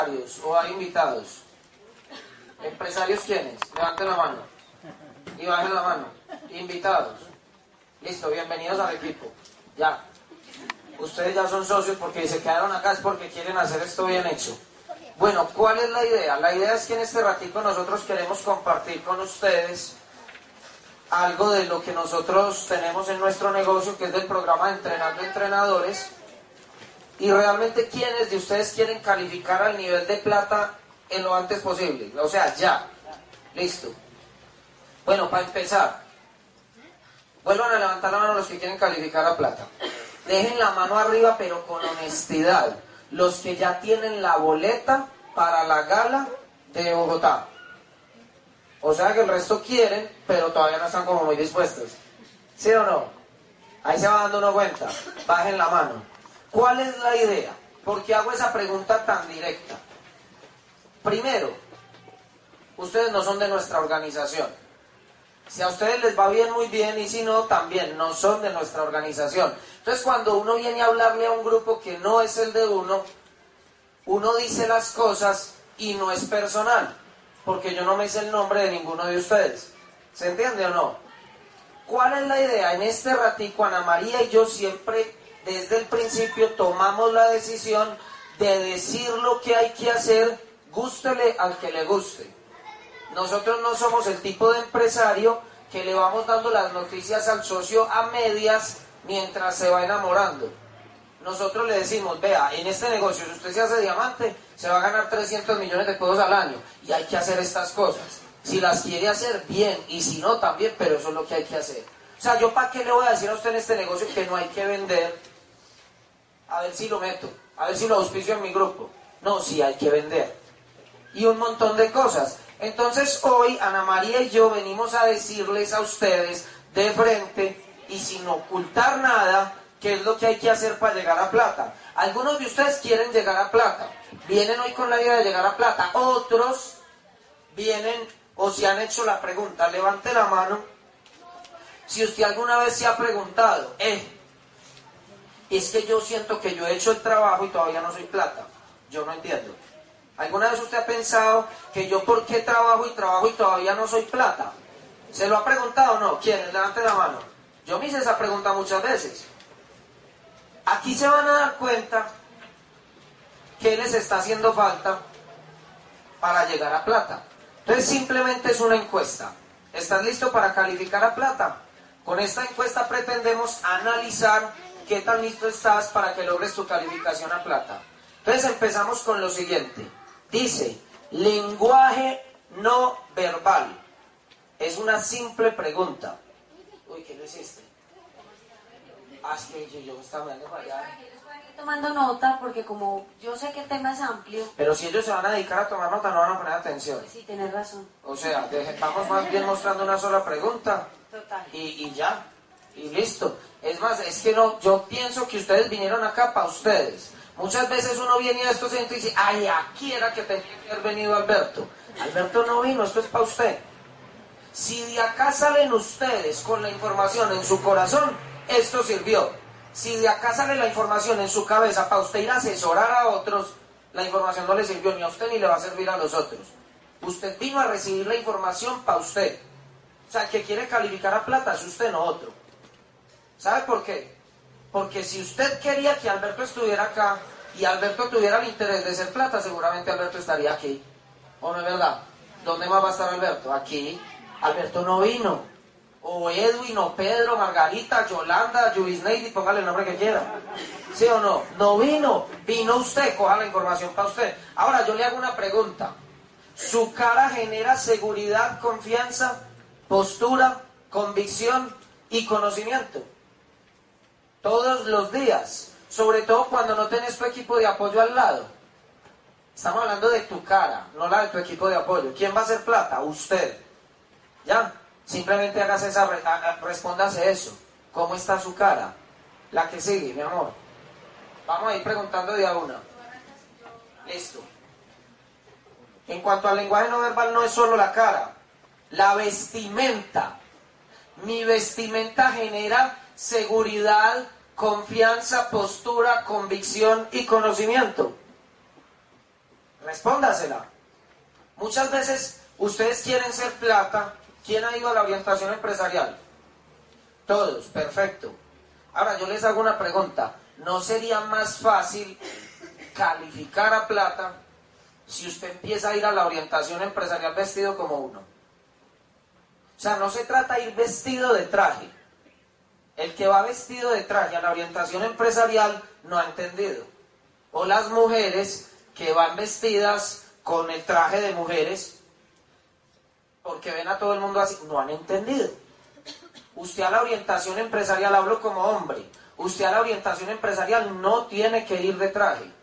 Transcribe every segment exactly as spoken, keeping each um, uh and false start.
o hay invitados. ¿Empresarios quiénes? Levanten la mano y bajen la mano. Invitados. Listo, bienvenidos al equipo. Ya. Ustedes ya son socios porque se quedaron acá es porque quieren hacer esto bien hecho. Bueno, ¿cuál es la idea? La idea es que en este ratito nosotros queremos compartir con ustedes algo de lo que nosotros tenemos en nuestro negocio, que es del programa de Entrenando Entrenadores. Y realmente, ¿quiénes de ustedes quieren calificar al nivel de plata en lo antes posible? O sea, ya. Listo. Bueno, para empezar, vuelvan a levantar la mano los que quieren calificar a plata. Dejen la mano arriba, pero con honestidad. Los que ya tienen la boleta para la gala de Bogotá. O sea que el resto quieren, pero todavía no están como muy dispuestos. ¿Sí o no? Ahí se va dando uno cuenta. Bajen la mano. ¿Cuál es la idea? ¿Por qué hago esa pregunta tan directa? Primero, ustedes no son de nuestra organización. Si a ustedes les va bien, muy bien, y si no, también no son de nuestra organización. Entonces, cuando uno viene a hablarle a un grupo que no es el de uno, uno dice las cosas y no es personal, porque yo no me sé el nombre de ninguno de ustedes. ¿Se entiende o no? ¿Cuál es la idea? En este ratico, Ana María y yo siempre, desde el principio, tomamos la decisión de decir lo que hay que hacer, gústele al que le guste. Nosotros no somos el tipo de empresario que le vamos dando las noticias al socio a medias mientras se va enamorando. Nosotros le decimos, vea, en este negocio, si usted se hace diamante, se va a ganar trescientos millones de pesos al año, y hay que hacer estas cosas. Si las quiere hacer, bien, y si no, también, pero eso es lo que hay que hacer. O sea, ¿yo para qué le voy a decir a usted en este negocio que no hay que vender? A ver si lo meto, a ver si lo auspicio en mi grupo. No, sí hay que vender. Y un montón de cosas. Entonces hoy Ana María y yo venimos a decirles a ustedes de frente y sin ocultar nada qué es lo que hay que hacer para llegar a plata. Algunos de ustedes quieren llegar a plata, vienen hoy con la idea de llegar a plata. Otros vienen o se han hecho la pregunta, levante la mano si usted alguna vez se ha preguntado, eh, es que yo siento que yo he hecho el trabajo y todavía no soy plata. Yo no entiendo. ¿Alguna vez usted ha pensado que yo por qué trabajo y trabajo y todavía no soy plata? ¿Se lo ha preguntado o no? ¿Quién? Levante la mano. Yo me hice esa pregunta muchas veces. Aquí se van a dar cuenta qué les está haciendo falta para llegar a plata. Entonces simplemente es una encuesta. ¿Estás listo para calificar a plata? Con esta encuesta pretendemos analizar qué tan listo estás para que logres tu calificación a plata. Entonces empezamos con lo siguiente. Dice, lenguaje no verbal. Es una simple pregunta. Uy, ¿qué no hiciste? Ah, es que yo, yo estaba mirando para allá. Tomando nota, porque como yo sé que el tema es amplio. Pero si ellos se van a dedicar a tomar nota, no van a poner atención. Pues sí, tienes razón. O sea, vamos más bien mostrando una sola pregunta. Total. Y, y ya, y listo. Es más, es que no, yo pienso que ustedes vinieron acá para ustedes. Muchas veces uno viene a estos eventos y dice, ay, aquí era que tenía que haber venido Alberto. Alberto no vino, esto es para usted. Si de acá salen ustedes con la información en su corazón, esto sirvió. Si de acá sale la información en su cabeza para usted ir a asesorar a otros, la información no le sirvió ni a usted ni le va a servir a los otros. Usted vino a recibir la información para usted. O sea, el que quiere calificar a plata es usted, no otro. ¿Sabe por qué? Porque si usted quería que Alberto estuviera acá y Alberto tuviera el interés de ser plata, seguramente Alberto estaría aquí. ¿O no es verdad? ¿Dónde más va a estar Alberto? Aquí. Alberto no vino. O Edwin, o Pedro, Margarita, Yolanda, Yubisneidi, póngale el nombre que quiera. ¿Sí o no? No vino. Vino usted, coja la información para usted. Ahora yo le hago una pregunta. ¿Su cara genera seguridad, confianza, postura, convicción y conocimiento? Todos los días, sobre todo cuando no tenés tu equipo de apoyo al lado. Estamos hablando de tu cara, no la de tu equipo de apoyo. ¿Quién va a hacer plata? Usted. ¿Ya? Simplemente hagas esa, respóndase eso. ¿Cómo está su cara? La que sigue, mi amor. Vamos a ir preguntando de a una. Listo. En cuanto al lenguaje no verbal, no es solo la cara. La vestimenta. Mi vestimenta genera seguridad, confianza, postura, convicción y conocimiento. Respóndasela. Muchas veces ustedes quieren ser plata. ¿Quién ha ido a la orientación empresarial? Todos, perfecto. Ahora yo les hago una pregunta. ¿No sería más fácil calificar a plata si usted empieza a ir a la orientación empresarial vestido como uno? O sea, no se trata de ir vestido de traje. El que va vestido de traje a la orientación empresarial no ha entendido. O las mujeres que van vestidas con el traje de mujeres porque ven a todo el mundo así, no han entendido. Usted a la orientación empresarial, hablo como hombre, usted a la orientación empresarial no tiene que ir de traje.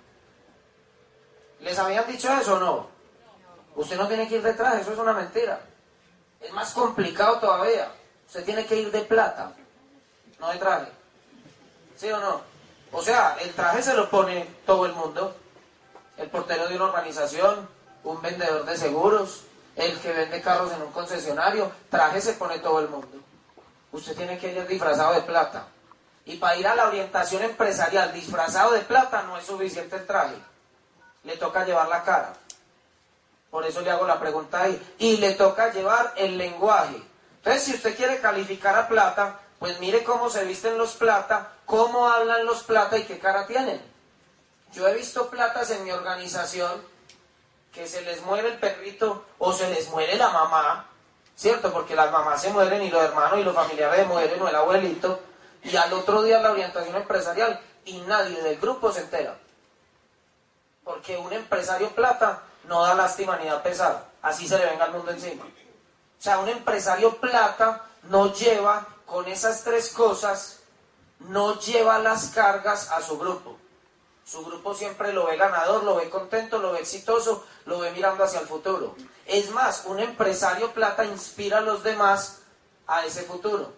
¿Les habían dicho eso o no? Usted no tiene que ir de traje, eso es una mentira. Es más complicado todavía. Usted tiene que ir de plata, no de traje. ¿Sí o no? O sea, el traje se lo pone todo el mundo. El portero de una urbanización, un vendedor de seguros, el que vende carros en un concesionario, traje se pone todo el mundo. Usted tiene que ir disfrazado de plata. Y para ir a la orientación empresarial disfrazado de plata no es suficiente el traje. Le toca llevar la cara. Por eso le hago la pregunta ahí. Y le toca llevar el lenguaje. Entonces, si usted quiere calificar a plata, pues mire cómo se visten los plata, cómo hablan los plata y qué cara tienen. Yo he visto platas en mi organización que se les muere el perrito o se les muere la mamá, ¿cierto? Porque las mamás se mueren y los hermanos y los familiares se mueren o el abuelito, y al otro día la orientación empresarial y nadie del grupo se entera. Porque un empresario plata no da lástima ni da pesar, así se le venga al mundo encima. O sea, un empresario plata no lleva con esas tres cosas, no lleva las cargas a su grupo. Su grupo siempre lo ve ganador, lo ve contento, lo ve exitoso, lo ve mirando hacia el futuro. Es más, un empresario plata inspira a los demás a ese futuro.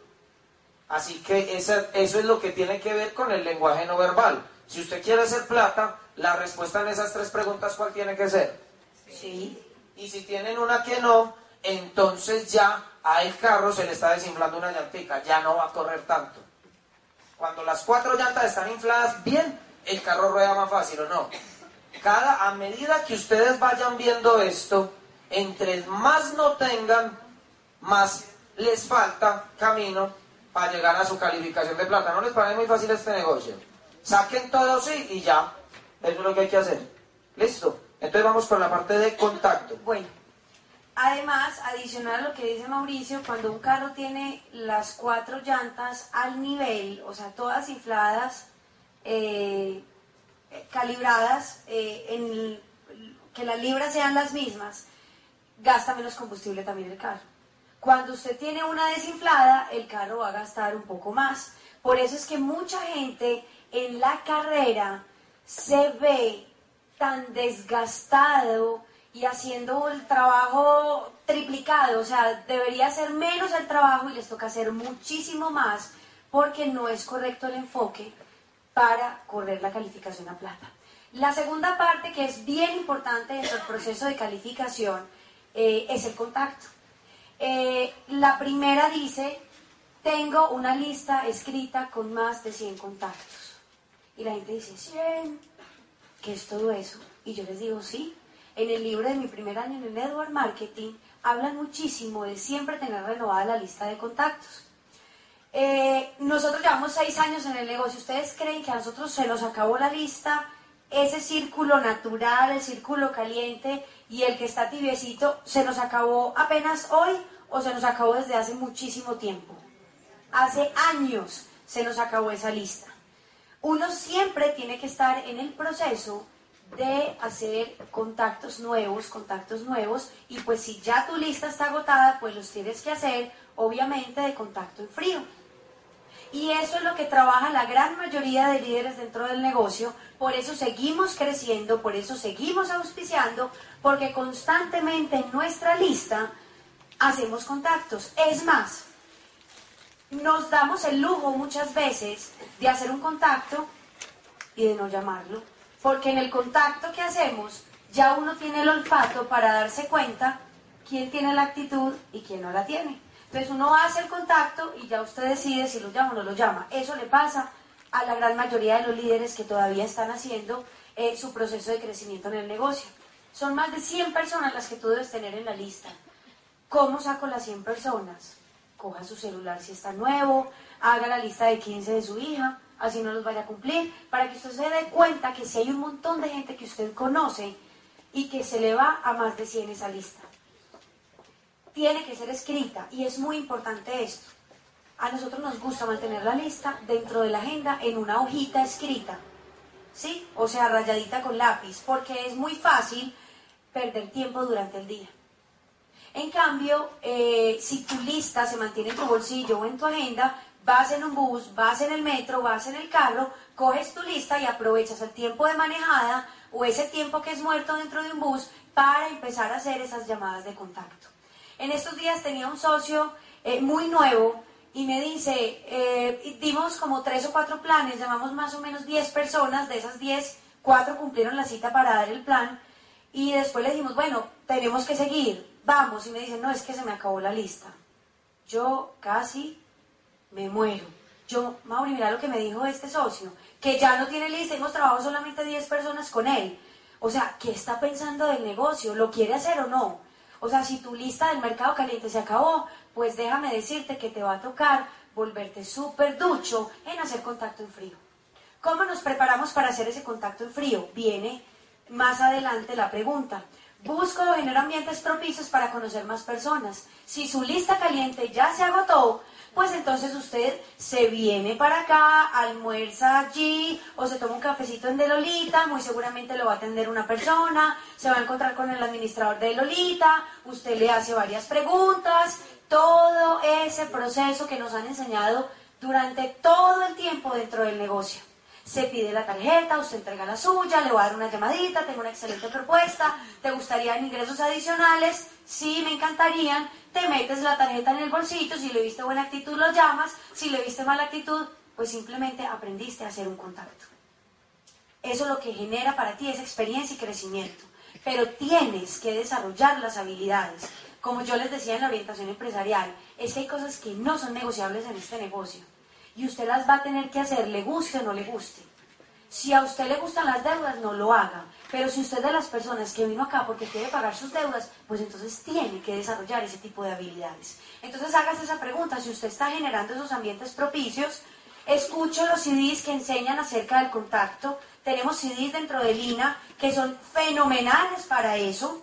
Así que esa, eso es lo que tiene que ver con el lenguaje no verbal. Si usted quiere ser plata, la respuesta en esas tres preguntas, ¿cuál tiene que ser? Sí. Y si tienen una que no, entonces ya al carro se le está desinflando una llantica, ya no va a correr tanto. Cuando las cuatro llantas están infladas bien, el carro rueda más fácil, ¿o no? Cada, a medida que ustedes vayan viendo esto, entre más no tengan, más les falta camino para llegar a su calificación de plata. ¿No les parece muy fácil este negocio? Saquen todo sí y ya. Eso es lo que hay que hacer. ¿Listo? Entonces vamos con la parte de contacto. Bueno, además, adicional a lo que dice Mauricio, cuando un carro tiene las cuatro llantas al nivel, o sea, todas infladas, eh, calibradas, eh, en que las libras sean las mismas, gasta menos combustible también el carro. Cuando usted tiene una desinflada, el carro va a gastar un poco más. Por eso es que mucha gente en la carrera se ve tan desgastado y haciendo el trabajo triplicado, o sea, debería ser menos el trabajo y les toca hacer muchísimo más porque no es correcto el enfoque para correr la calificación a plata. La segunda parte, que es bien importante dentro del proceso de calificación, eh, es el contacto. Eh, la primera dice, tengo una lista escrita con más de cien contactos. Y la gente dice, cien, ¿qué es todo eso? Y yo les digo, sí. En el libro de mi primer año en el Network Marketing, hablan muchísimo de siempre tener renovada la lista de contactos. Eh, nosotros llevamos seis años en el negocio. ¿Ustedes creen que a nosotros se nos acabó la lista? Ese círculo natural, el círculo caliente y el que está tibiecito, ¿se nos acabó apenas hoy o se nos acabó desde hace muchísimo tiempo? Hace años se nos acabó esa lista. Uno siempre tiene que estar en el proceso de hacer contactos nuevos, contactos nuevos, y pues si ya tu lista está agotada, pues los tienes que hacer, obviamente, de contacto en frío. Y eso es lo que trabaja la gran mayoría de líderes dentro del negocio. Por eso seguimos creciendo, por eso seguimos auspiciando, porque constantemente en nuestra lista hacemos contactos. Es más, nos damos el lujo muchas veces de hacer un contacto y de no llamarlo, porque en el contacto que hacemos ya uno tiene el olfato para darse cuenta quién tiene la actitud y quién no la tiene. Entonces uno hace el contacto y ya usted decide si lo llama o no lo llama. Eso le pasa a la gran mayoría de los líderes que todavía están haciendo eh, su proceso de crecimiento en el negocio. Son más de cien personas las que tú debes tener en la lista. ¿Cómo saco las cien personas? Coja su celular si está nuevo, haga la lista de quince de su hija, así no los vaya a cumplir, para que usted se dé cuenta que si hay un montón de gente que usted conoce y que se le va a más de cien esa lista. Tiene que ser escrita y es muy importante esto. A nosotros nos gusta mantener la lista dentro de la agenda en una hojita escrita, ¿sí? O sea, rayadita con lápiz, porque es muy fácil perder tiempo durante el día. En cambio, eh, si tu lista se mantiene en tu bolsillo o en tu agenda, vas en un bus, vas en el metro, vas en el carro, coges tu lista y aprovechas el tiempo de manejada o ese tiempo que es muerto dentro de un bus para empezar a hacer esas llamadas de contacto. En estos días tenía un socio eh, muy nuevo y me dice, eh, dimos como tres o cuatro planes, llamamos más o menos diez personas, de esas diez, cuatro cumplieron la cita para dar el plan y después le dijimos, bueno, tenemos que seguir, vamos, y me dicen, no, es que se me acabó la lista. Yo casi me muero. Yo, Mauri, mira lo que me dijo este socio, que ya no tiene lista, hemos trabajado solamente diez personas con él. O sea, ¿qué está pensando del negocio? ¿Lo quiere hacer o no? O sea, si tu lista del mercado caliente se acabó, pues déjame decirte que te va a tocar volverte súper ducho en hacer contacto en frío. ¿Cómo nos preparamos para hacer ese contacto en frío? Viene más adelante la pregunta. Busco o genero ambientes propicios para conocer más personas. Si su lista caliente ya se agotó, pues entonces usted se viene para acá, almuerza allí, o se toma un cafecito en De Lolita, muy seguramente lo va a atender una persona, se va a encontrar con el administrador de Lolita, usted le hace varias preguntas, todo ese proceso que nos han enseñado durante todo el tiempo dentro del negocio. Se pide la tarjeta, usted entrega la suya, le voy a dar una llamadita, tengo una excelente propuesta, ¿te gustarían ingresos adicionales? Sí, me encantarían. Te metes la tarjeta en el bolsillo, si le viste buena actitud lo llamas, si le viste mala actitud, pues simplemente aprendiste a hacer un contacto. Eso lo que genera para ti es experiencia y crecimiento, pero tienes que desarrollar las habilidades. Como yo les decía en la orientación empresarial, es que hay cosas que no son negociables en este negocio. Y usted las va a tener que hacer, le guste o no le guste. Si a usted le gustan las deudas, no lo haga. Pero si usted es de las personas que vino acá porque quiere pagar sus deudas, pues entonces tiene que desarrollar ese tipo de habilidades. Entonces hágase esa pregunta, si usted está generando esos ambientes propicios, escucho los C Ds que enseñan acerca del contacto. Tenemos C Ds dentro de Lina que son fenomenales para eso.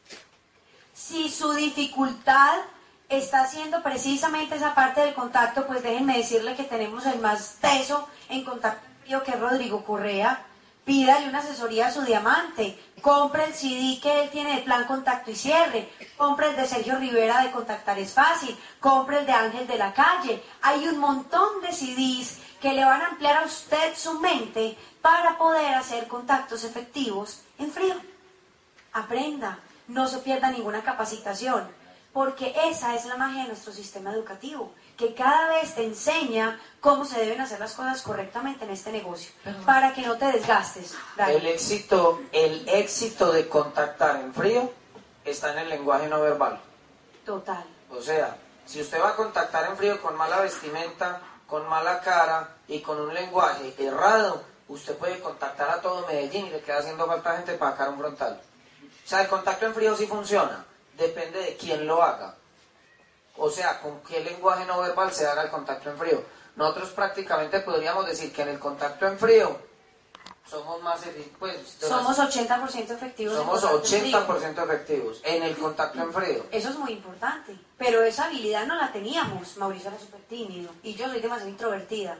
Si su dificultad está haciendo precisamente esa parte del contacto, pues déjenme decirle que tenemos el más teso en contacto, que es Rodrigo Correa. Pídale una asesoría a su diamante, compre el C D que él tiene de plan contacto y cierre, compre el de Sergio Rivera de contactar es fácil, compre el de Ángel de la Calle. Hay un montón de C Ds que le van a ampliar a usted su mente para poder hacer contactos efectivos en frío. Aprenda, no se pierda ninguna capacitación, porque esa es la magia de nuestro sistema educativo, que cada vez te enseña cómo se deben hacer las cosas correctamente en este negocio, para que no te desgastes. Dale. El éxito, el éxito de contactar en frío está en el lenguaje no verbal. Total. O sea, si usted va a contactar en frío con mala vestimenta, con mala cara y con un lenguaje errado, usted puede contactar a todo Medellín y le queda haciendo falta gente para sacar un frontal. O sea, el contacto en frío sí funciona. Depende de quién lo haga. O sea, con qué lenguaje no verbal se haga el contacto en frío. Nosotros prácticamente podríamos decir que en el contacto en frío somos más, pues... Somos ochenta por ciento efectivos. Somos ochenta por ciento efectivos en el contacto en frío. Eso es muy importante. Pero esa habilidad no la teníamos. Mauricio era súper tímido y yo soy demasiado introvertida.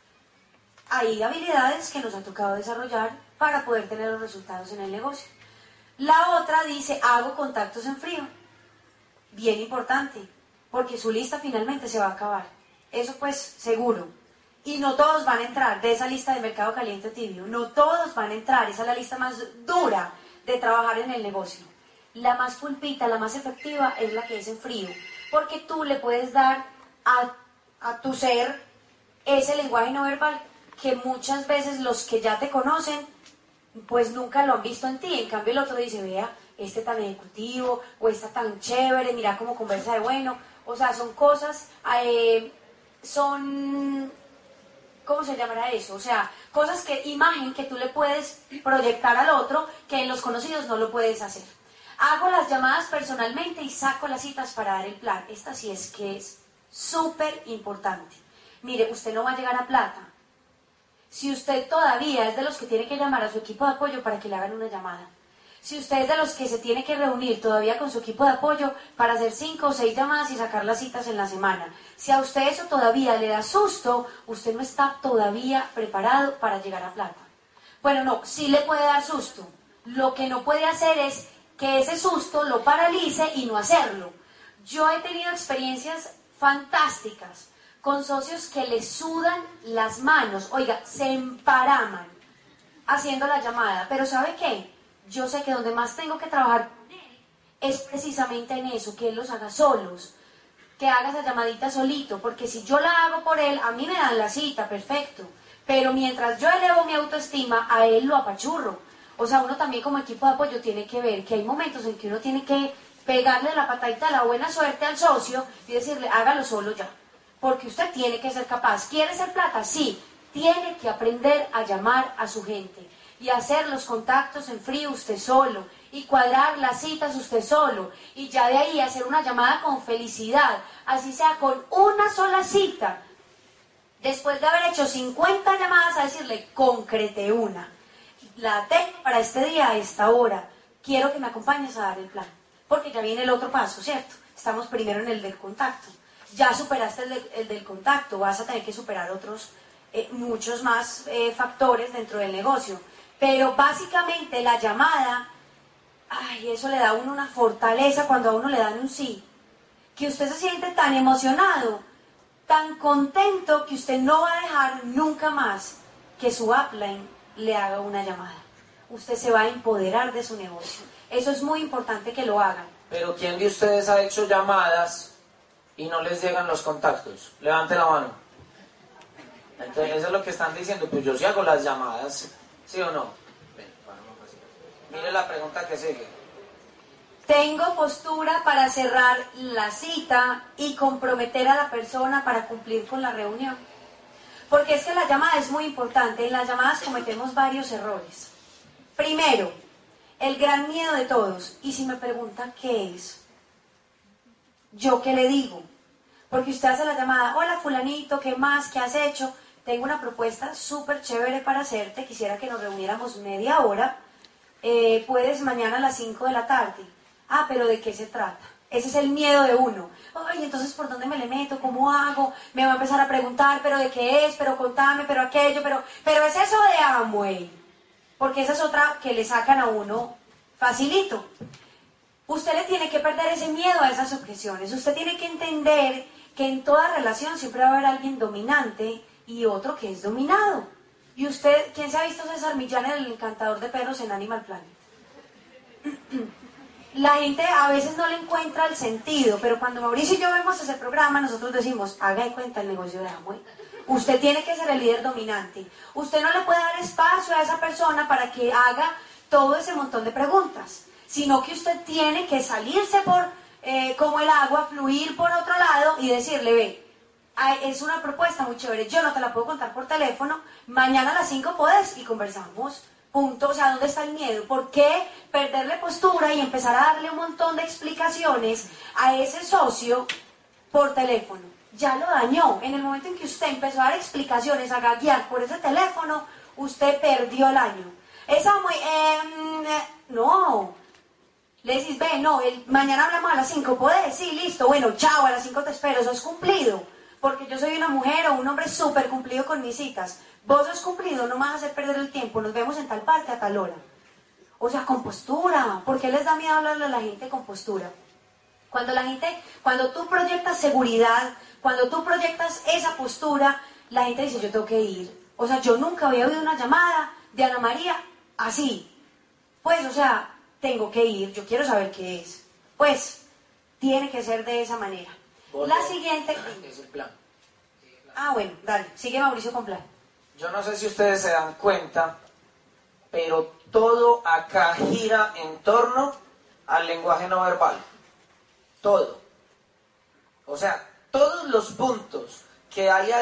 Hay habilidades que nos ha tocado desarrollar para poder tener los resultados en el negocio. La otra dice, hago contactos en frío. Bien importante, porque su lista finalmente se va a acabar. Eso pues seguro. Y no todos van a entrar de esa lista de mercado caliente tibio. No todos van a entrar. Esa es la lista más dura de trabajar en el negocio. La más pulpita, la más efectiva es la que es en frío. Porque tú le puedes dar a, a tu ser ese lenguaje no verbal que muchas veces los que ya te conocen pues nunca lo han visto en ti. En cambio el otro dice, vea, este tan ejecutivo, o esta tan chévere, mira cómo conversa de bueno. O sea, son cosas, eh, son ¿cómo se llamará eso? O sea, cosas que, imagen que tú le puedes proyectar al otro que en los conocidos no lo puedes hacer. Hago las llamadas personalmente y saco las citas para dar el plan. Esta sí es que es súper importante. Mire, usted no va a llegar a plata. Si usted todavía es de los que tiene que llamar a su equipo de apoyo para que le hagan una llamada. Si usted es de los que se tiene que reunir todavía con su equipo de apoyo para hacer cinco o seis llamadas y sacar las citas en la semana. Si a usted eso todavía le da susto, usted no está todavía preparado para llegar a plata. Bueno, no, sí le puede dar susto. Lo que no puede hacer es que ese susto lo paralice y no hacerlo. Yo he tenido experiencias fantásticas con socios que le sudan las manos, oiga, se emparaman haciendo la llamada, pero ¿sabe qué? Yo sé que donde más tengo que trabajar es precisamente en eso, que él los haga solos, que haga esa llamadita solito, porque si yo la hago por él, a mí me dan la cita, perfecto, pero mientras yo elevo mi autoestima, a él lo apachurro. O sea, uno también como equipo de apoyo tiene que ver que hay momentos en que uno tiene que pegarle la patadita de la buena suerte al socio y decirle, hágalo solo ya, porque usted tiene que ser capaz. ¿Quiere ser plata? Sí, tiene que aprender a llamar a su gente y hacer los contactos en frío usted solo, y cuadrar las citas usted solo, y ya de ahí hacer una llamada con felicidad, así sea con una sola cita, después de haber hecho cincuenta llamadas, a decirle, concreté una, la tengo para este día a esta hora, quiero que me acompañes a dar el plan, porque ya viene el otro paso, ¿cierto? Estamos primero en el del contacto, ya superaste el, de, el del contacto, vas a tener que superar otros, eh, muchos más eh, factores dentro del negocio. Pero básicamente la llamada, ay, eso le da a uno una fortaleza cuando a uno le dan un sí. Que usted se siente tan emocionado, tan contento, que usted no va a dejar nunca más que su upline le haga una llamada. Usted se va a empoderar de su negocio. Eso es muy importante que lo hagan. Pero ¿quién de ustedes ha hecho llamadas y no les llegan los contactos? Levante la mano. Entonces eso es lo que están diciendo. Pues yo sí hago las llamadas. ¿Sí o no? Ven, mire la pregunta que sigue. Tengo postura para cerrar la cita y comprometer a la persona para cumplir con la reunión. Porque es que la llamada es muy importante. En las llamadas cometemos varios errores. Primero, el gran miedo de todos. Y si me preguntan qué es, ¿yo qué le digo? Porque usted hace la llamada, hola fulanito, ¿qué más? ¿Qué has hecho? Tengo una propuesta súper chévere para hacerte, quisiera que nos reuniéramos media hora, eh, puedes mañana a las cinco de la tarde. Ah, pero ¿de qué se trata? Ese es el miedo de uno. Ay, entonces, ¿por dónde me le meto? ¿Cómo hago? Me va a empezar a preguntar, ¿pero de qué es? ¿Pero contame? ¿Pero aquello? ¿Pero, pero es eso de Amway? Porque esa es otra que le sacan a uno facilito. Usted le tiene que perder ese miedo a esas objeciones. Usted tiene que entender que en toda relación siempre va a haber alguien dominante y otro que es dominado. Y usted, ¿quién se ha visto César Millán, el encantador de perros en Animal Planet? La gente a veces no le encuentra el sentido, pero cuando Mauricio y yo vemos ese programa, nosotros decimos, haga de cuenta el negocio de Amway. Usted tiene que ser el líder dominante. Usted no le puede dar espacio a esa persona para que haga todo ese montón de preguntas, sino que usted tiene que salirse por, eh, como el agua, fluir por otro lado y decirle, ve, es una propuesta muy chévere, yo no te la puedo contar por teléfono, mañana a las cinco podés y conversamos, punto. O sea, ¿dónde está el miedo? ¿Por qué perderle postura y empezar a darle un montón de explicaciones a ese socio por teléfono? Ya lo dañó. En el momento en que usted empezó a dar explicaciones, a gaguear por ese teléfono, usted perdió el año. Esa muy, eh, no, le decís, ve, no, el, mañana hablamos a las cinco, ¿podés? Sí, listo, bueno, chao, a las cinco te espero, eso es cumplido. Porque yo soy una mujer o un hombre súper cumplido con mis citas. Vos sos cumplido, no me vas a hacer perder el tiempo, nos vemos en tal parte a tal hora. O sea, con postura. ¿Por qué les da miedo hablarle a la gente con postura? Cuando la gente, cuando tú proyectas seguridad, cuando tú proyectas esa postura, la gente dice, yo tengo que ir. O sea, yo nunca había oído una llamada de Ana María así. Pues, o sea, tengo que ir, yo quiero saber qué es. Pues, tiene que ser de esa manera. La siguiente... Es el plan. Ah, bueno, dale, sigue Mauricio con plan. Yo no sé si ustedes se dan cuenta, pero todo acá gira en torno al lenguaje no verbal. Todo. O sea, todos los puntos que hay ahí,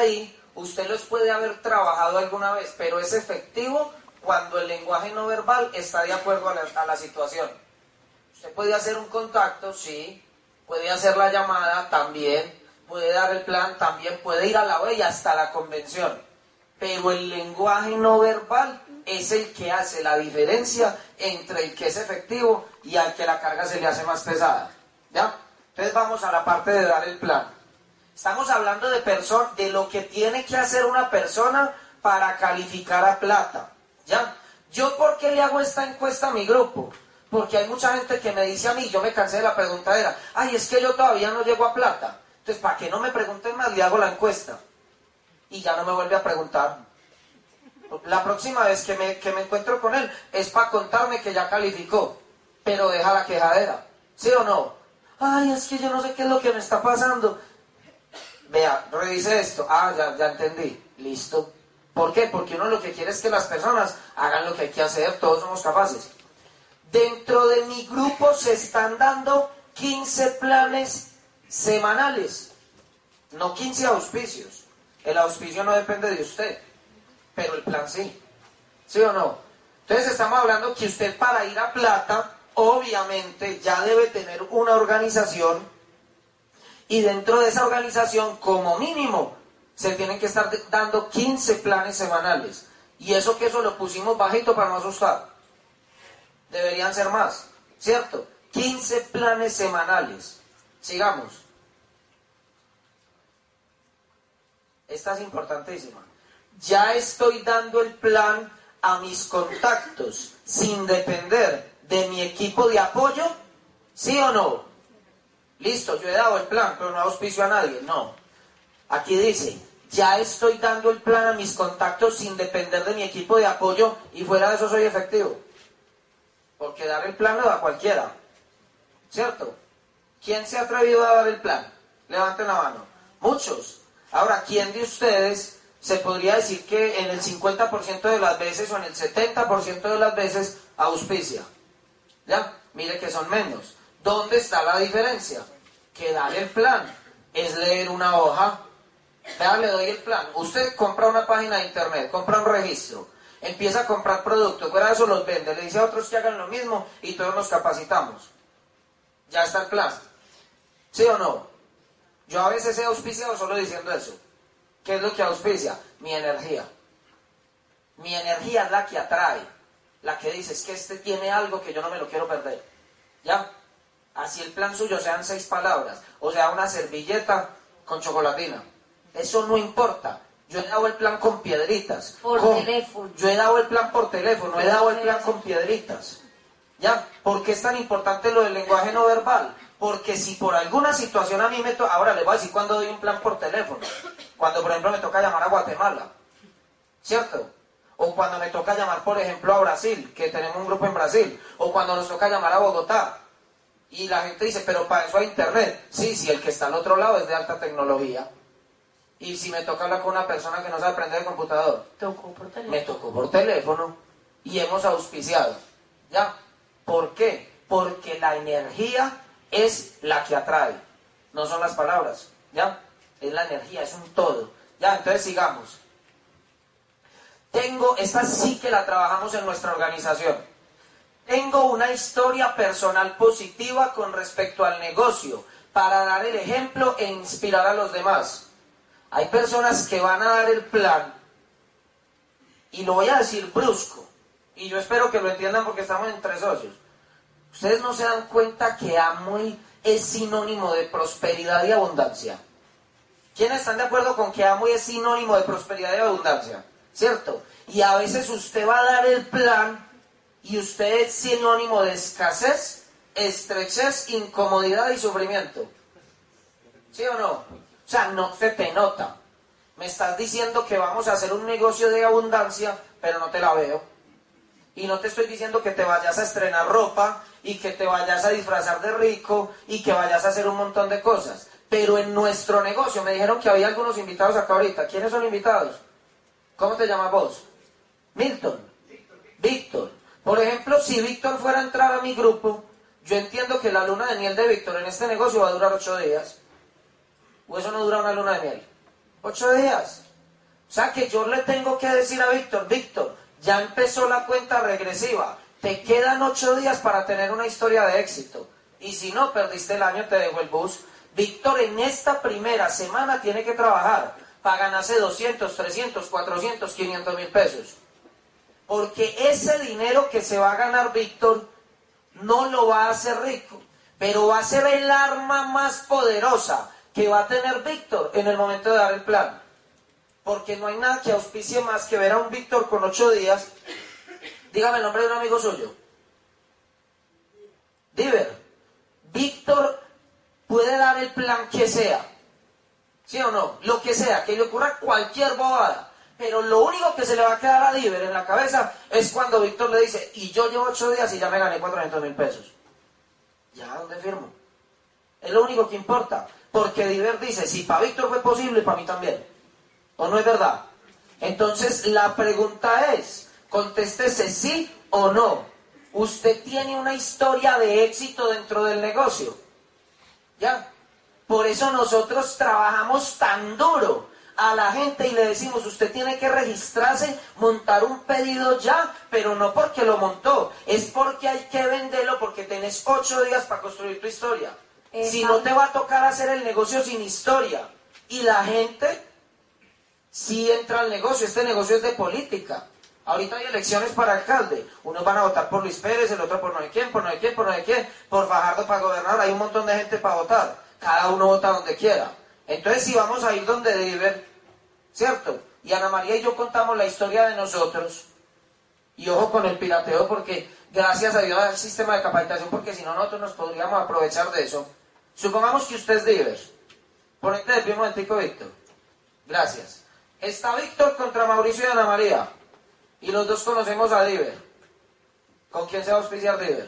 usted los puede haber trabajado alguna vez, pero es efectivo cuando el lenguaje no verbal está de acuerdo a la, a la situación. Usted puede hacer un contacto, sí, puede hacer la llamada también, puede dar el plan también, puede ir a la O E y hasta la convención, pero el lenguaje no verbal es el que hace la diferencia entre el que es efectivo y al que la carga se le hace más pesada, ¿ya? Entonces vamos a la parte de dar el plan. Estamos hablando de, de lo que tiene que hacer una persona para calificar a plata, ¿ya? ¿Yo por qué le hago esta encuesta a mi grupo? Porque hay mucha gente que me dice a mí, yo me cansé de la preguntadera, ay, es que yo todavía no llego a plata. Entonces, para que no me pregunten más, le hago la encuesta. Y ya no me vuelve a preguntar. La próxima vez que me, que me encuentro con él, es para contarme que ya calificó. Pero deja la quejadera. ¿Sí o no? Ay, es que yo no sé qué es lo que me está pasando. Vea, revise esto. Ah, ya, ya entendí. Listo. ¿Por qué? Porque uno lo que quiere es que las personas hagan lo que hay que hacer. Todos somos capaces. Dentro de mi grupo se están dando quince planes semanales, no quince auspicios. El auspicio no depende de usted, pero el plan sí. ¿Sí o no? Entonces estamos hablando que usted para ir a plata, obviamente ya debe tener una organización, y dentro de esa organización, como mínimo, se tienen que estar dando quince planes semanales. Y eso que eso lo pusimos bajito para no asustar. Deberían ser más, ¿cierto? quince planes semanales. Sigamos. Esta es importantísima. Ya estoy dando el plan a mis contactos sin depender de mi equipo de apoyo, ¿sí o no? Listo, yo he dado el plan, pero no auspicio a nadie. No. Aquí dice, ya estoy dando el plan a mis contactos sin depender de mi equipo de apoyo y fuera de eso soy efectivo. Porque dar el plan lo da cualquiera, ¿cierto? ¿Quién se ha atrevido a dar el plan? Levanten la mano. Muchos. Ahora, ¿quién de ustedes se podría decir que en el cincuenta por ciento de las veces o en el setenta por ciento de las veces auspicia? ¿Ya? Mire que son menos. ¿Dónde está la diferencia? Que dar el plan es leer una hoja. Ya le doy el plan. Usted compra una página de internet, compra un registro, empieza a comprar productos, fuera de eso los vende, le dice a otros que hagan lo mismo y todos nos capacitamos. Ya está el plan. ¿Sí o no? Yo a veces he auspiciado solo diciendo eso. ¿Qué es lo que auspicia? Mi energía. Mi energía es la que atrae, la que dice, es que este tiene algo que yo no me lo quiero perder. ¿Ya? Así el plan suyo sean seis palabras, o sea, una servilleta con chocolatina. Eso no importa. Yo he dado el plan con piedritas. Por con, teléfono. Yo he dado el plan por teléfono, he dado el plan con piedritas. ¿Ya? ¿Por qué es tan importante lo del lenguaje no verbal? Porque si por alguna situación a mí me toca... Ahora les voy a decir cuando doy un plan por teléfono. Cuando, por ejemplo, me toca llamar a Guatemala. ¿Cierto? O cuando me toca llamar, por ejemplo, a Brasil, que tenemos un grupo en Brasil. O cuando nos toca llamar a Bogotá. Y la gente dice, pero para eso hay internet. Sí, sí, el que está al otro lado es de alta tecnología. Y si me toca hablar con una persona que no sabe aprender el computador, Tocó por teléfono. me tocó por teléfono y hemos auspiciado. ¿Ya? ¿Por qué? Porque la energía es la que atrae, no son las palabras. ¿Ya? Es la energía, es un todo. Ya, entonces sigamos. Tengo, esta sí que la trabajamos en nuestra organización. Tengo una historia personal positiva con respecto al negocio para dar el ejemplo e inspirar a los demás. Hay personas que van a dar el plan, y lo voy a decir brusco, y yo espero que lo entiendan porque estamos entre socios. Ustedes no se dan cuenta que Amway es sinónimo de prosperidad y abundancia. ¿Quiénes están de acuerdo con que Amway es sinónimo de prosperidad y abundancia? ¿Cierto? Y a veces usted va a dar el plan y usted es sinónimo de escasez, estrechez, incomodidad y sufrimiento. ¿Sí o no? O sea, no se te nota. Me estás diciendo que vamos a hacer un negocio de abundancia, pero no te la veo. Y no te estoy diciendo que te vayas a estrenar ropa y que te vayas a disfrazar de rico y que vayas a hacer un montón de cosas. Pero en nuestro negocio, me dijeron que había algunos invitados acá ahorita. ¿Quiénes son invitados? ¿Cómo te llamas vos? Milton. Víctor. Víctor. Por ejemplo, si Víctor fuera a entrar a mi grupo, yo entiendo que la luna de miel de Víctor en este negocio va a durar ocho días. ¿O eso no dura una luna de miel? Ocho días. O sea que yo le tengo que decir a Víctor, Víctor, ya empezó la cuenta regresiva, te quedan ocho días para tener una historia de éxito. Y si no, perdiste el año, te dejo el bus. Víctor en esta primera semana tiene que trabajar para ganarse doscientos, trescientos, cuatrocientos, quinientos mil pesos. Porque ese dinero que se va a ganar Víctor no lo va a hacer rico, pero va a ser el arma más poderosa que va a tener Víctor en el momento de dar el plan. Porque no hay nada que auspicie más que ver a un Víctor con ocho días. Dígame el nombre de un amigo suyo. Diver. Víctor puede dar el plan que sea. ¿Sí o no? Lo que sea, que le ocurra cualquier bobada. Pero lo único que se le va a quedar a Diver en la cabeza es cuando Víctor le dice, y yo llevo ocho días y ya me gané cuatrocientos mil pesos. ¿Ya dónde firmo? Es lo único que importa. Porque Diver dice, si para Víctor fue posible, para mí también. ¿O no es verdad? Entonces la pregunta es, contéstese sí o no. Usted tiene una historia de éxito dentro del negocio. ¿Ya? Por eso nosotros trabajamos tan duro a la gente y le decimos, usted tiene que registrarse, montar un pedido ya, pero no porque lo montó, es porque hay que venderlo, porque tenés ocho días para construir tu historia. Eh, si no, te va a tocar hacer el negocio sin historia. Y la gente sí entra al negocio. Este negocio es de política. Ahorita hay elecciones para alcalde. Unos van a votar por Luis Pérez, el otro por no sé quién, por no sé quién, por no sé quién, por Fajardo para gobernar. Hay un montón de gente para votar. Cada uno vota donde quiera. Entonces si vamos a ir donde Diver, ¿cierto? Y Ana María y yo contamos la historia de nosotros. Y ojo con el pirateo, porque gracias a Dios hay sistema de capacitación, porque si no nosotros nos podríamos aprovechar de eso. Supongamos que usted es Diver. Ponete de pie un momentico, Víctor. Gracias. Está Víctor contra Mauricio y Ana María. Y los dos conocemos a Diver. ¿Con quién se va a auspiciar Diver?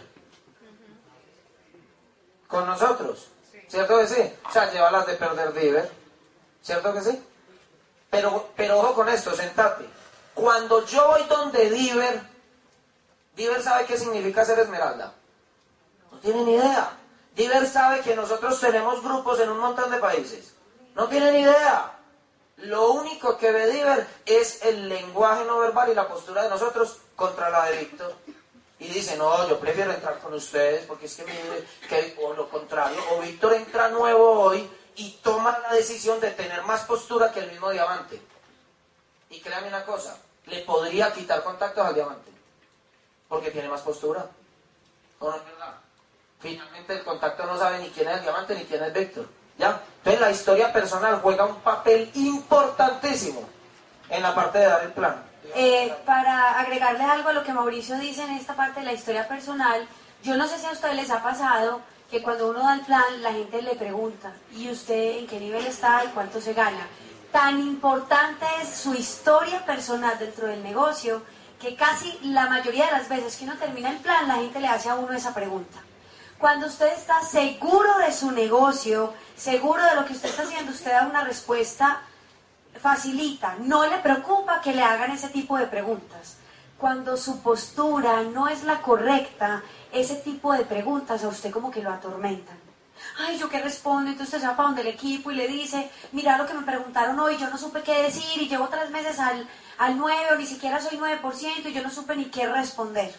¿Con nosotros? ¿Cierto que sí? O sea, lleva las de perder Diver. ¿Cierto que sí? Pero, pero ojo con esto, sentate. Cuando yo voy donde Diver, Diver sabe qué significa ser esmeralda. No tiene ni idea. Diver sabe que nosotros tenemos grupos en un montón de países. No tiene ni idea. Lo único que ve Diver es el lenguaje no verbal y la postura de nosotros contra la de Víctor. Y dice, no, yo prefiero entrar con ustedes porque es que, me, que o lo contrario, o Víctor entra nuevo hoy y toma la decisión de tener más postura que el mismo diamante. Y créame una cosa, le podría quitar contactos al diamante, porque tiene más postura. ¿O no es verdad? Finalmente el contacto no sabe ni quién es el diamante ni quién es Víctor. ¿Ya? Entonces la historia personal juega un papel importantísimo en la parte de dar el plan. Eh, para agregarle algo a lo que Mauricio dice en esta parte de la historia personal, yo no sé si a ustedes les ha pasado que cuando uno da el plan, la gente le pregunta, ¿y usted en qué nivel está y cuánto se gana? Tan importante es su historia personal dentro del negocio, que casi la mayoría de las veces que uno termina el plan, la gente le hace a uno esa pregunta. Cuando usted está seguro de su negocio, seguro de lo que usted está haciendo, usted da una respuesta facilita, no le preocupa que le hagan ese tipo de preguntas. Cuando su postura no es la correcta, ese tipo de preguntas a usted como que lo atormentan. Ay, ¿yo qué respondo? Entonces usted se va para donde el equipo y le dice, mira lo que me preguntaron hoy, yo no supe qué decir y llevo tres meses al, al nueve o ni siquiera soy nueve por ciento y yo no supe ni qué responder.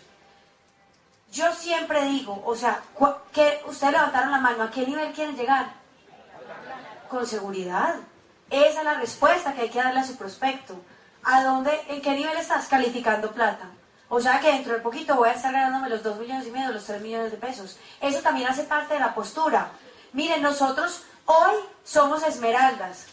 Yo siempre digo, o sea, que ustedes levantaron la mano, ¿a qué nivel quieren llegar? Con seguridad. Esa es la respuesta que hay que darle a su prospecto. ¿A dónde, en qué nivel estás calificando plata? O sea que dentro de poquito voy a estar ganándome los dos millones y medio, los tres millones de pesos. Eso también hace parte de la postura. Miren, nosotros hoy somos esmeraldas.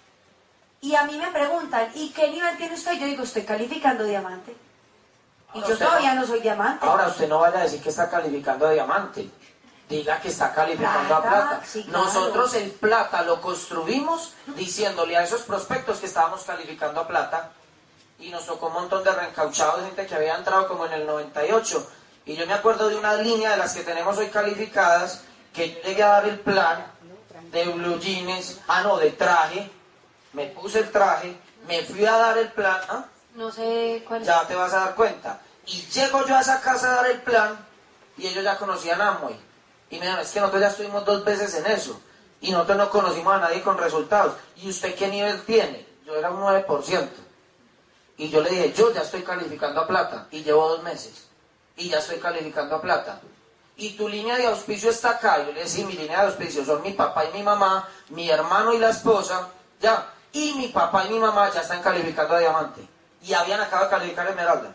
Y a mí me preguntan, ¿y qué nivel tiene usted? Yo digo, estoy calificando diamante. Y yo todavía no soy diamante. Ahora usted no vaya a decir que está calificando a diamante. Diga que está calificando plata, a plata. Sí, claro. Nosotros el plata lo construimos diciéndole a esos prospectos que estábamos calificando a plata. Y nos tocó un montón de reencauchados de gente que había entrado como en el noventa y ocho. Y yo me acuerdo de una línea de las que tenemos hoy calificadas, que yo llegué a dar el plan de blue jeans, ah no, de traje. Me puse el traje, me fui a dar el plan. ¿Ah? No sé cuál es. Ya te vas a dar cuenta. Y llego yo a esa casa a dar el plan y ellos ya conocían a Amway. Y me dijeron, es que nosotros ya estuvimos dos veces en eso. Y nosotros no conocimos a nadie con resultados. ¿Y usted qué nivel tiene? yo era un nueve por ciento. Y yo le dije, yo ya estoy calificando a plata, y llevo dos meses, y ya estoy calificando a plata. Y tu línea de auspicio está acá. Yo le decía, mi línea de auspicio son mi papá y mi mamá, mi hermano y la esposa, ya. Y mi papá y mi mamá ya están calificando a diamante. Y habían acabado de calificar a esmeralda.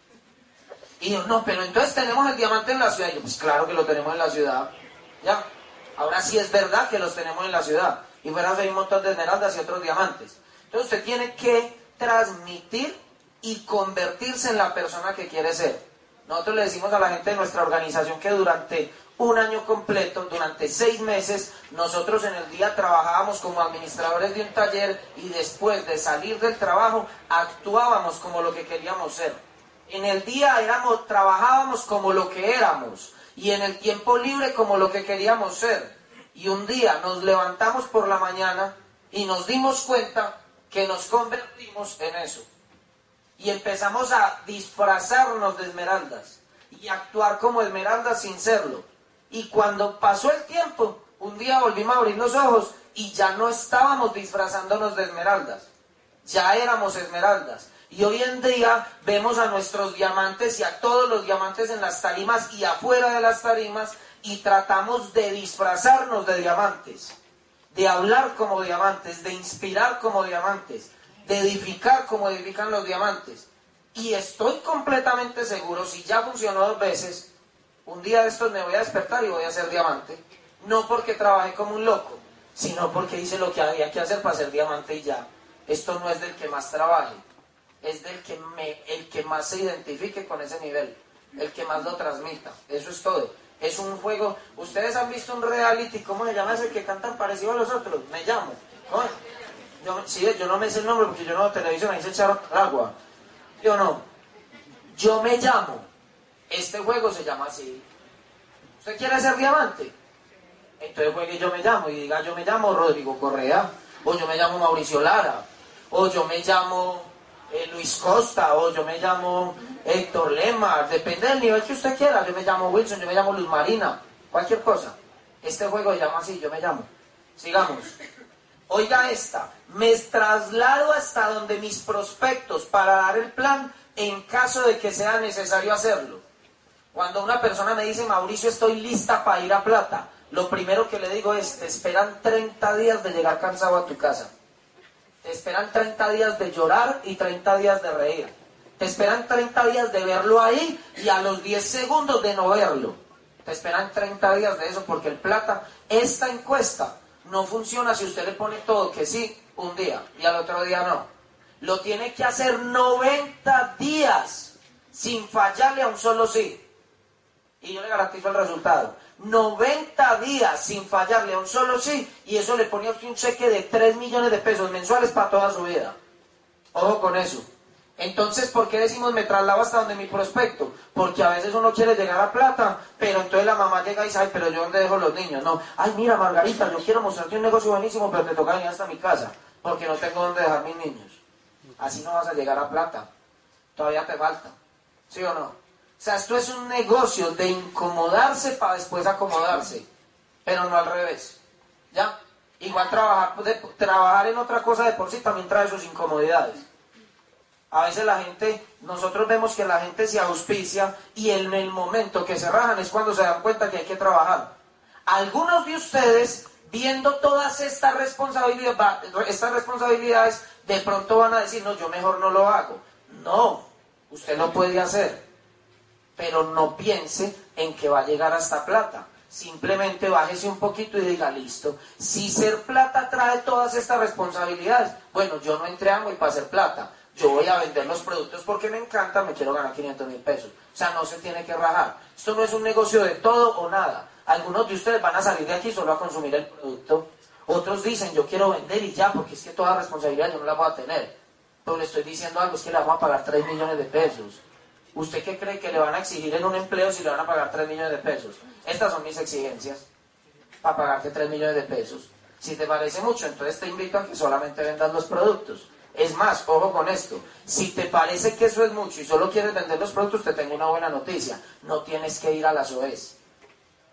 Y yo, no, pero entonces tenemos el diamante en la ciudad. Y yo, pues claro que lo tenemos en la ciudad, ya. Ahora sí es verdad que los tenemos en la ciudad. Y fuera hay un montón de esmeraldas y otros diamantes. Entonces usted tiene que transmitir y convertirse en la persona que quiere ser. Nosotros le decimos a la gente de nuestra organización que durante un año completo, durante seis meses, nosotros en el día trabajábamos como administradores de un taller y después de salir del trabajo actuábamos como lo que queríamos ser. En el día éramos, trabajábamos como lo que éramos y en el tiempo libre como lo que queríamos ser. Y un día nos levantamos por la mañana y nos dimos cuenta que nos convertimos en eso. Y empezamos a disfrazarnos de esmeraldas y actuar como esmeraldas sin serlo. Y cuando pasó el tiempo, un día volvimos a abrir los ojos y ya no estábamos disfrazándonos de esmeraldas, ya éramos esmeraldas. Y hoy en día vemos a nuestros diamantes y a todos los diamantes en las tarimas y afuera de las tarimas y tratamos de disfrazarnos de diamantes, de hablar como diamantes, de inspirar como diamantes, de edificar como edifican los diamantes. Y estoy completamente seguro, si ya funcionó dos veces, un día de estos me voy a despertar y voy a ser diamante. No porque trabajé como un loco, sino porque hice lo que había que hacer para ser diamante y ya. Esto no es del que más trabaje, es del que, me, el que más se identifique con ese nivel, el que más lo transmita. Eso es todo. Es un juego. Ustedes han visto un reality, ¿cómo se llama ese que cantan parecido a los otros? Me llamo. ¿Cómo es? Yo, sí, yo no me sé el nombre porque yo no veo televisión, ahí se echaron agua. Yo no. Yo me llamo. Este juego se llama así. ¿Usted quiere ser diamante? Entonces juegue Yo me llamo y diga, yo me llamo Rodrigo Correa, o yo me llamo Mauricio Lara, o yo me llamo eh, Luis Costa, o yo me llamo Héctor Lemar, depende del nivel que usted quiera. Yo me llamo Wilson, yo me llamo Luz Marina, cualquier cosa. Este juego se llama así, Yo me llamo. Sigamos. Oiga esta, me traslado hasta donde mis prospectos para dar el plan en caso de que sea necesario hacerlo. Cuando una persona me dice, Mauricio, estoy lista para ir a plata, lo primero que le digo es, te esperan treinta días de llegar cansado a tu casa. Te esperan treinta días de llorar y treinta días de reír. Te esperan treinta días de verlo ahí y a los diez segundos de no verlo. Te esperan treinta días de eso porque el plata, esta encuesta, no funciona si usted le pone todo que sí un día y al otro día no. Lo tiene que hacer noventa días sin fallarle a un solo sí. Y yo le garantizo el resultado. noventa días sin fallarle a un solo sí y eso le pone a usted un cheque de tres millones de pesos mensuales para toda su vida. Ojo con eso. Entonces, ¿por qué decimos me traslado hasta donde mi prospecto? Porque a veces uno quiere llegar a plata, pero entonces la mamá llega y dice, ay, pero yo ¿dónde dejo los niños? No, ay, mira, Margarita, yo quiero mostrarte un negocio buenísimo, pero te toca venir hasta mi casa, porque no tengo dónde dejar mis niños. Así no vas a llegar a plata. Todavía te falta. ¿Sí o no? O sea, esto es un negocio de incomodarse para después acomodarse, pero no al revés. ¿Ya? Igual trabajar, de, trabajar en otra cosa de por sí también trae sus incomodidades. A veces la gente, nosotros vemos que la gente se auspicia y en el momento que se rajan es cuando se dan cuenta que hay que trabajar. Algunos de ustedes, viendo todas estas responsabilidades, estas responsabilidades, de pronto van a decir, no, yo mejor no lo hago. No, usted lo puede hacer, pero no piense en que va a llegar hasta plata. Simplemente bájese un poquito y diga, listo, si ser plata trae todas estas responsabilidades, bueno, yo no entré a Amway para hacer plata. Yo voy a vender los productos porque me encanta, me quiero ganar quinientos mil pesos. O sea, no se tiene que rajar. Esto no es un negocio de todo o nada. Algunos de ustedes van a salir de aquí solo a consumir el producto. Otros dicen, yo quiero vender y ya, porque es que toda responsabilidad yo no la voy a tener. Pero le estoy diciendo algo, es que le vamos a pagar tres millones de pesos. ¿Usted qué cree que le van a exigir en un empleo si le van a pagar tres millones de pesos? Estas son mis exigencias, para pagarte tres millones de pesos. Si te parece mucho, entonces te invito a que solamente vendas los productos. Es más, ojo con esto, si te parece que eso es mucho y solo quieres vender los productos, te tengo una buena noticia, no tienes que ir a las O Es.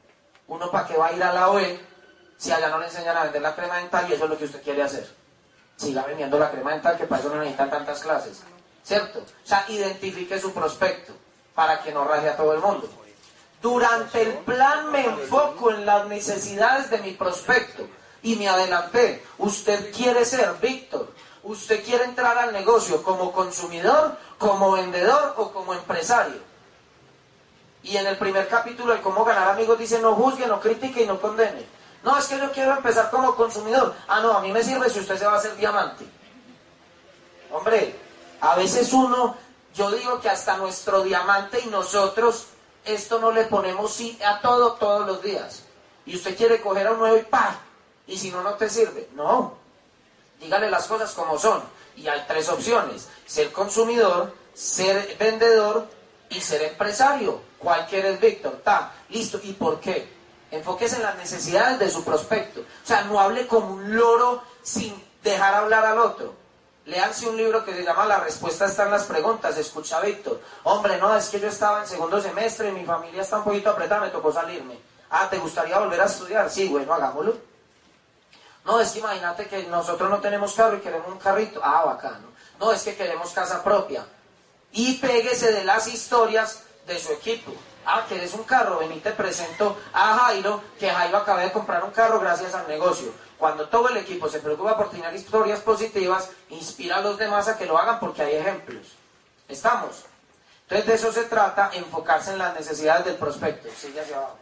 Uno, ¿para qué va a ir a la O E si allá no le enseñan a vender la crema dental y eso es lo que usted quiere hacer? siga vendiendo la crema dental, que para eso no necesitan tantas clases, ¿cierto? O sea, identifique su prospecto para que no raje a todo el mundo. Durante el plan me enfoco en las necesidades de mi prospecto y me adelanté. Usted quiere ser Víctor, usted quiere entrar al negocio como consumidor, como vendedor o como empresario. Y en el primer capítulo de Cómo ganar amigos dice: no juzgue, no critique y no condene. No, es que yo quiero empezar como consumidor. Ah, no, a mí me sirve si usted se va a hacer diamante. Hombre, a veces uno, yo digo que hasta nuestro diamante y nosotros, esto no le ponemos sí a todo todos los días. Y usted quiere coger a un nuevo y ¡pah! Y si no, no te sirve. No, dígale las cosas como son. Y hay tres opciones: ser consumidor, ser vendedor y ser empresario. ¿Cuál quieres, Víctor? Ta, listo. ¿Y por qué? Enfóquese en las necesidades de su prospecto. O sea, no hable como un loro sin dejar hablar al otro. Léanse un libro que se llama La respuesta está en las preguntas. Escucha, Víctor. Hombre, no, es que yo estaba en segundo semestre y mi familia está un poquito apretada, me tocó salirme. Ah, ¿te gustaría volver a estudiar? Sí, bueno, hagámoslo. No, es que imagínate que nosotros no tenemos carro y queremos un carrito. Ah, bacano. No, es que queremos casa propia. Y péguese de las historias de su equipo. Ah, ¿quieres un carro? Ven y te presento a Jairo, que Jairo acaba de comprar un carro gracias al negocio. Cuando todo el equipo se preocupa por tener historias positivas, inspira a los demás a que lo hagan porque hay ejemplos. ¿Estamos? Entonces de eso se trata, enfocarse en las necesidades del prospecto. Sigue hacia abajo.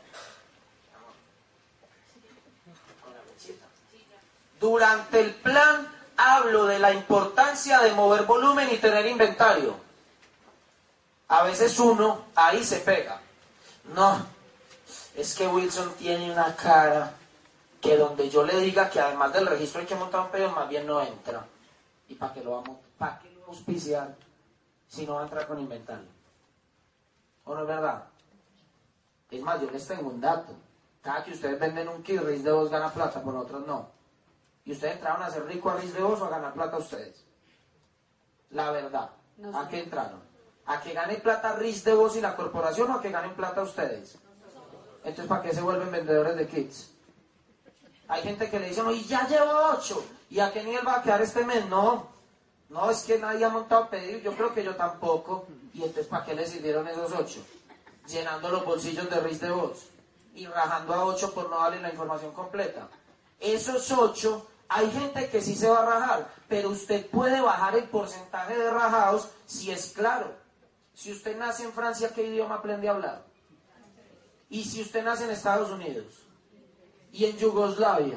Durante el plan hablo de la importancia de mover volumen y tener inventario. A veces uno ahí se pega. No, es que Wilson tiene una cara que donde yo le diga que además del registro hay que montar un pedido, más bien no entra. ¿Y para qué lo vamos, para qué lo vamos a auspiciar si no va a entrar con inventario? ¿O no es verdad? Es más, yo les tengo un dato. Cada que ustedes venden un kit, Riz de Voz gana plata, por otros no. ¿Y ustedes entraron a ser rico a Riz de Voz o a ganar plata ustedes? La verdad. No sé. ¿A qué entraron? ¿A que gane plata Riz de Voz y la corporación o a que ganen plata ustedes? Entonces, ¿para qué se vuelven vendedores de kits? Hay gente que le dice: no, y ya llevo ocho, ¿y a qué nivel va a quedar este mes? No, no, es que nadie ha montado pedido, yo creo que yo tampoco. Y entonces, ¿para qué les sirvieron esos ocho? Llenando los bolsillos de Riz de Voz y rajando a ocho por no darle la información completa. Esos ocho, hay gente que sí se va a rajar, pero usted puede bajar el porcentaje de rajados si es claro. Si usted nace en Francia, ¿qué idioma aprende a hablar? Y si usted nace en Estados Unidos y en Yugoslavia,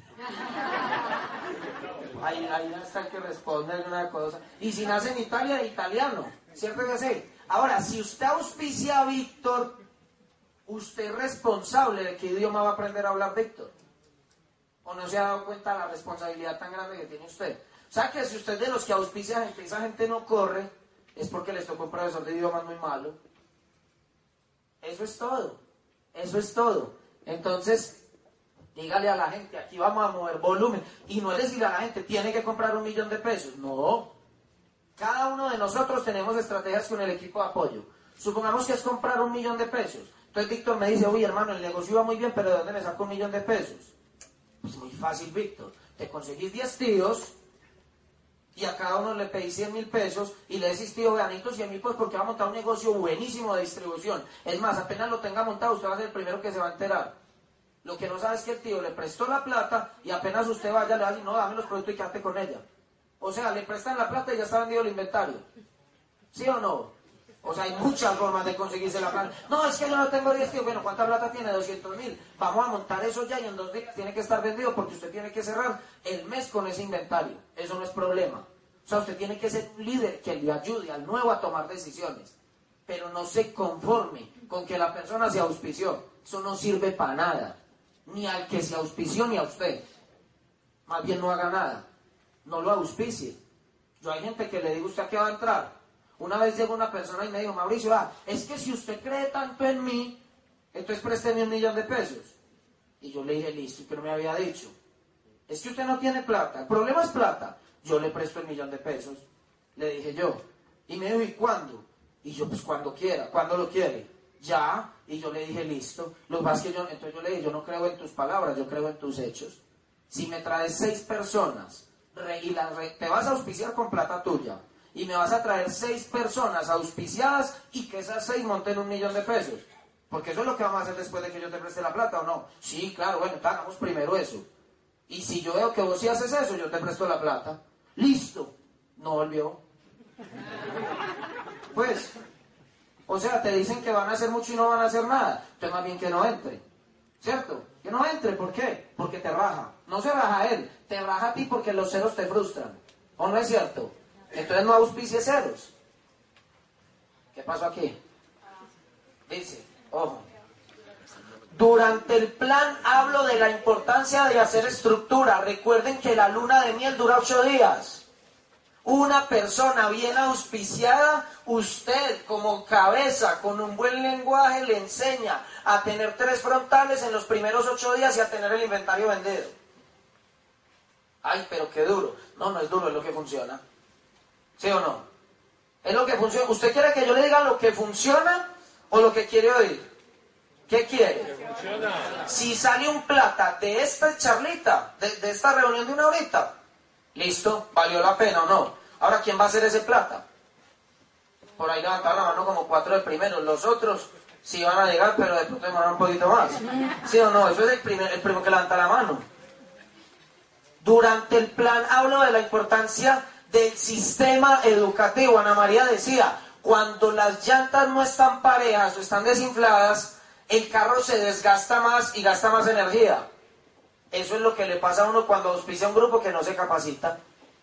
ahí, ahí está el que responde alguna cosa. Y si nace en Italia, italiano, ¿cierto que sí? Ahora, si usted auspicia a Víctor, usted es responsable de qué idioma va a aprender a hablar Víctor. ¿O no se ha dado cuenta de la responsabilidad tan grande que tiene usted? O sea, que si usted es de los que auspicia a gente, esa gente no corre, es porque les tocó un profesor de idiomas muy malo. Eso es todo. Eso es todo. Entonces, dígale a la gente: aquí vamos a mover volumen. Y no es decirle a la gente: tiene que comprar un millón de pesos. No. Cada uno de nosotros tenemos estrategias con el equipo de apoyo. Supongamos que es comprar un millón de pesos. Entonces Víctor me dice: oye, hermano, el negocio iba muy bien, pero ¿de dónde me saco un millón de pesos? Pues muy fácil, Víctor. Te conseguís diez tíos y a cada uno le pedís cien mil pesos y le decís: tío, veanito cien mil, pues porque va a montar un negocio buenísimo de distribución. Es más, apenas lo tenga montado, usted va a ser el primero que se va a enterar. Lo que no sabe es que el tío le prestó la plata y apenas usted vaya le va a decir: no, dame los productos y quédate con ella. O sea, le prestan la plata y ya está vendido el inventario. ¿Sí o no? O sea, hay muchas formas de conseguirse la plata. No, es que yo no tengo diez tíos. Bueno, ¿cuánta plata tiene? doscientos mil. Vamos a montar eso ya y en dos días tiene que estar vendido porque usted tiene que cerrar el mes con ese inventario. Eso no es problema. O sea, usted tiene que ser un líder que le ayude al nuevo a tomar decisiones. Pero no se conforme con que la persona se auspició. Eso no sirve para nada. Ni al que se auspició ni a usted. Más bien no haga nada. No lo auspicie. Yo hay gente que le digo: ¿usted a qué va a entrar? Una vez llegó una persona y me dijo: Mauricio, ah, es que si usted cree tanto en mí, entonces présteme un millón de pesos. Y yo le dije: listo, pero me había dicho: es que usted no tiene plata, el problema es plata. Yo le presto el millón de pesos, le dije yo. Y me dijo: ¿y cuándo? Y yo: pues cuando quiera. ¿Cuándo lo quiere? Ya. Y yo le dije: listo. Lo que pasa es que yo, entonces yo le dije: yo no creo en tus palabras, yo creo en tus hechos. Si me traes seis personas re, y la re, te vas a auspiciar con plata tuya, y me vas a traer seis personas auspiciadas y que esas seis monten un millón de pesos. Porque eso es lo que vamos a hacer después de que yo te preste la plata, ¿o no? Sí, claro, bueno, hagamos primero eso. Y si yo veo que vos sí haces eso, yo te presto la plata. Listo. No volvió. Pues, o sea, te dicen que van a hacer mucho y no van a hacer nada. Entonces más bien que no entre. ¿Cierto? Que no entre, ¿por qué? Porque te raja. No se raja él, te raja a ti porque los ceros te frustran. ¿O no es cierto? Entonces no auspicie ceros. ¿Qué pasó aquí? Dice, ojo. Durante el plan hablo de la importancia de hacer estructura. Recuerden que la luna de miel dura ocho días. Una persona bien auspiciada, usted como cabeza, con un buen lenguaje, le enseña a tener tres frontales en los primeros ocho días y a tener el inventario vendido. Ay, pero qué duro. No, no es duro, es lo que funciona. ¿Sí o no? Es lo que funciona. ¿Usted quiere que yo le diga lo que funciona o lo que quiere oír? ¿Qué quiere? Si sale un plata de esta charlita, de, de esta reunión de una horita, listo, valió la pena o no. Ahora, ¿quién va a hacer ese plata? Por ahí levantaron la mano como cuatro de primeros. Los otros sí van a llegar, pero de pronto demorar un poquito más. ¿Sí o no? Eso es el, primer, el primero que levanta la mano. Durante el plan hablo de la importancia del sistema educativo. Ana María decía, cuando las llantas no están parejas o están desinfladas, el carro se desgasta más y gasta más energía. Eso es lo que le pasa a uno cuando auspicia un grupo que no se capacita.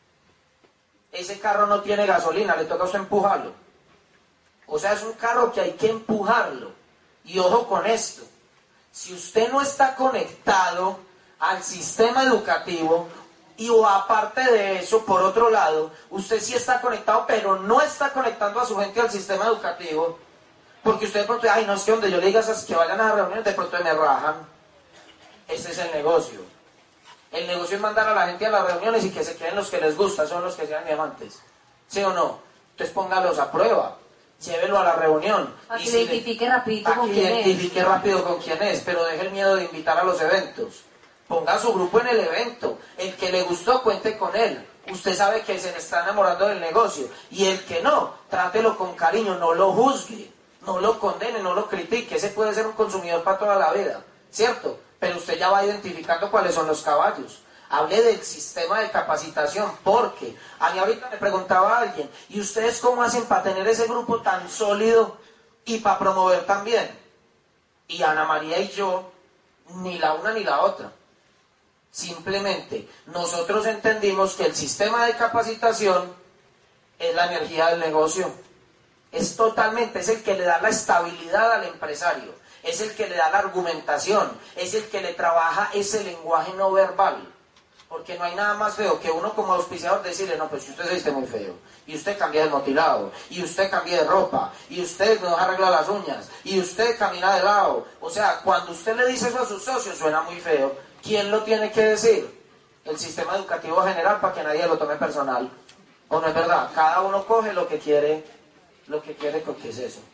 Ese carro no tiene gasolina, le toca a usted empujarlo. O sea, es un carro que hay que empujarlo. Y ojo con esto, si usted no está conectado al sistema educativo, y o aparte de eso, por otro lado, usted sí está conectado, pero no está conectando a su gente al sistema educativo, porque usted de pronto, ay, no es que donde yo le diga esas que vayan a las reuniones, de pronto me rajan. Ese es el negocio. El negocio es mandar a la gente a las reuniones y que se queden los que les gusta, son los que sean diamantes. ¿Sí o no? Entonces póngalos a prueba, llévelo a la reunión. Para que identifique rápido con quién es. identifique rápido con quién es, pero deje el miedo de invitar a los eventos. Ponga a su grupo en el evento. El que le gustó, cuente con él. Usted sabe que se le está enamorando del negocio. Y el que no, trátelo con cariño, no lo juzgue, no lo condene, no lo critique. Ese puede ser un consumidor para toda la vida, ¿cierto? Pero usted ya va identificando cuáles son los caballos. Hable del sistema de capacitación, porque a mí ahorita me preguntaba alguien, ¿y ustedes cómo hacen para tener ese grupo tan sólido y para promover también? Y Ana María y yo, ni la una ni la otra. Simplemente nosotros entendimos que el sistema de capacitación es la energía del negocio. Es totalmente, es el que le da la estabilidad al empresario, es el que le da la argumentación, es el que le trabaja ese lenguaje no verbal. Porque no hay nada más feo que uno como auspiciador decirle, no, pues usted se viste muy feo, y usted cambia de motilado, y usted cambia de ropa, y usted no arregla las uñas, y usted camina de lado. O sea, cuando usted le dice eso a sus socios suena muy feo. ¿Quién lo tiene que decir? El sistema educativo general, para que nadie lo tome personal. ¿O no es verdad? Cada uno coge lo que quiere, lo que quiere, porque es eso.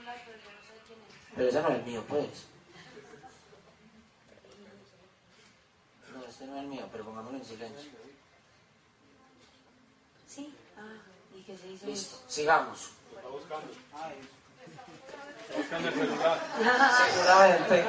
Pero ese no es el mío, pues. No, este no es el mío, pero pongámoslo en silencio. Sí, ah, y que se hizo. Listo, sigamos. Está buscando. Está buscando el celular. Seguramente.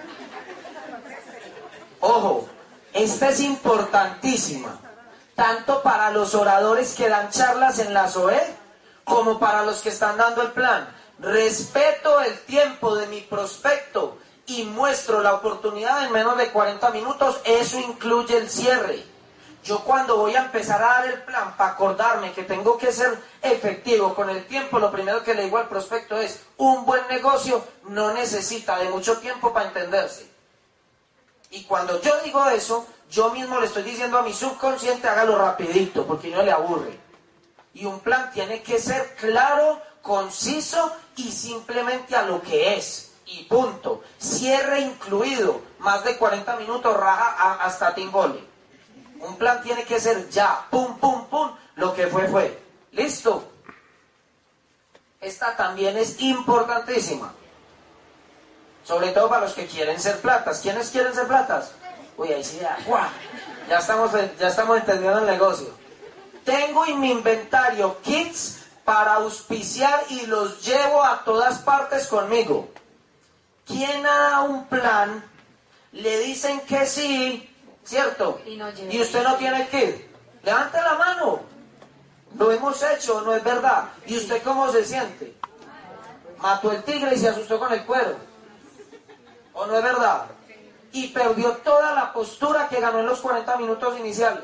Ojo, esta es importantísima, tanto para los oradores que dan charlas en la S O E, como para los que están dando el plan. Respeto el tiempo de mi prospecto y muestro la oportunidad en menos de cuarenta minutos, eso incluye el cierre. Yo cuando voy a empezar a dar el plan, para acordarme que tengo que ser efectivo con el tiempo, lo primero que le digo al prospecto es, un buen negocio no necesita de mucho tiempo para entenderse. Y cuando yo digo eso, yo mismo le estoy diciendo a mi subconsciente, hágalo rapidito, porque no le aburre. Y un plan tiene que ser claro, conciso y simplemente a lo que es. Y punto. Cierre incluido. Más de cuarenta minutos, raja a, hasta tingole. Un plan tiene que ser ya, pum, pum, pum, lo que fue, fue. ¿Listo? Esta también es importantísima. Sobre todo para los que quieren ser platas. ¿Quiénes quieren ser platas? Uy, ahí sí, ya, ¡guau! ya estamos, ya estamos entendiendo el negocio. Tengo en mi inventario kits para auspiciar y los llevo a todas partes conmigo. ¿Quién ha un plan? Le dicen que sí, ¿cierto? Y, no y usted no tiene kit. Levante la mano. Lo hemos hecho, ¿no es verdad? ¿Y usted cómo se siente? Mató el tigre y se asustó con el cuero. ¿O no es verdad? Y perdió toda la postura que ganó en los cuarenta minutos iniciales.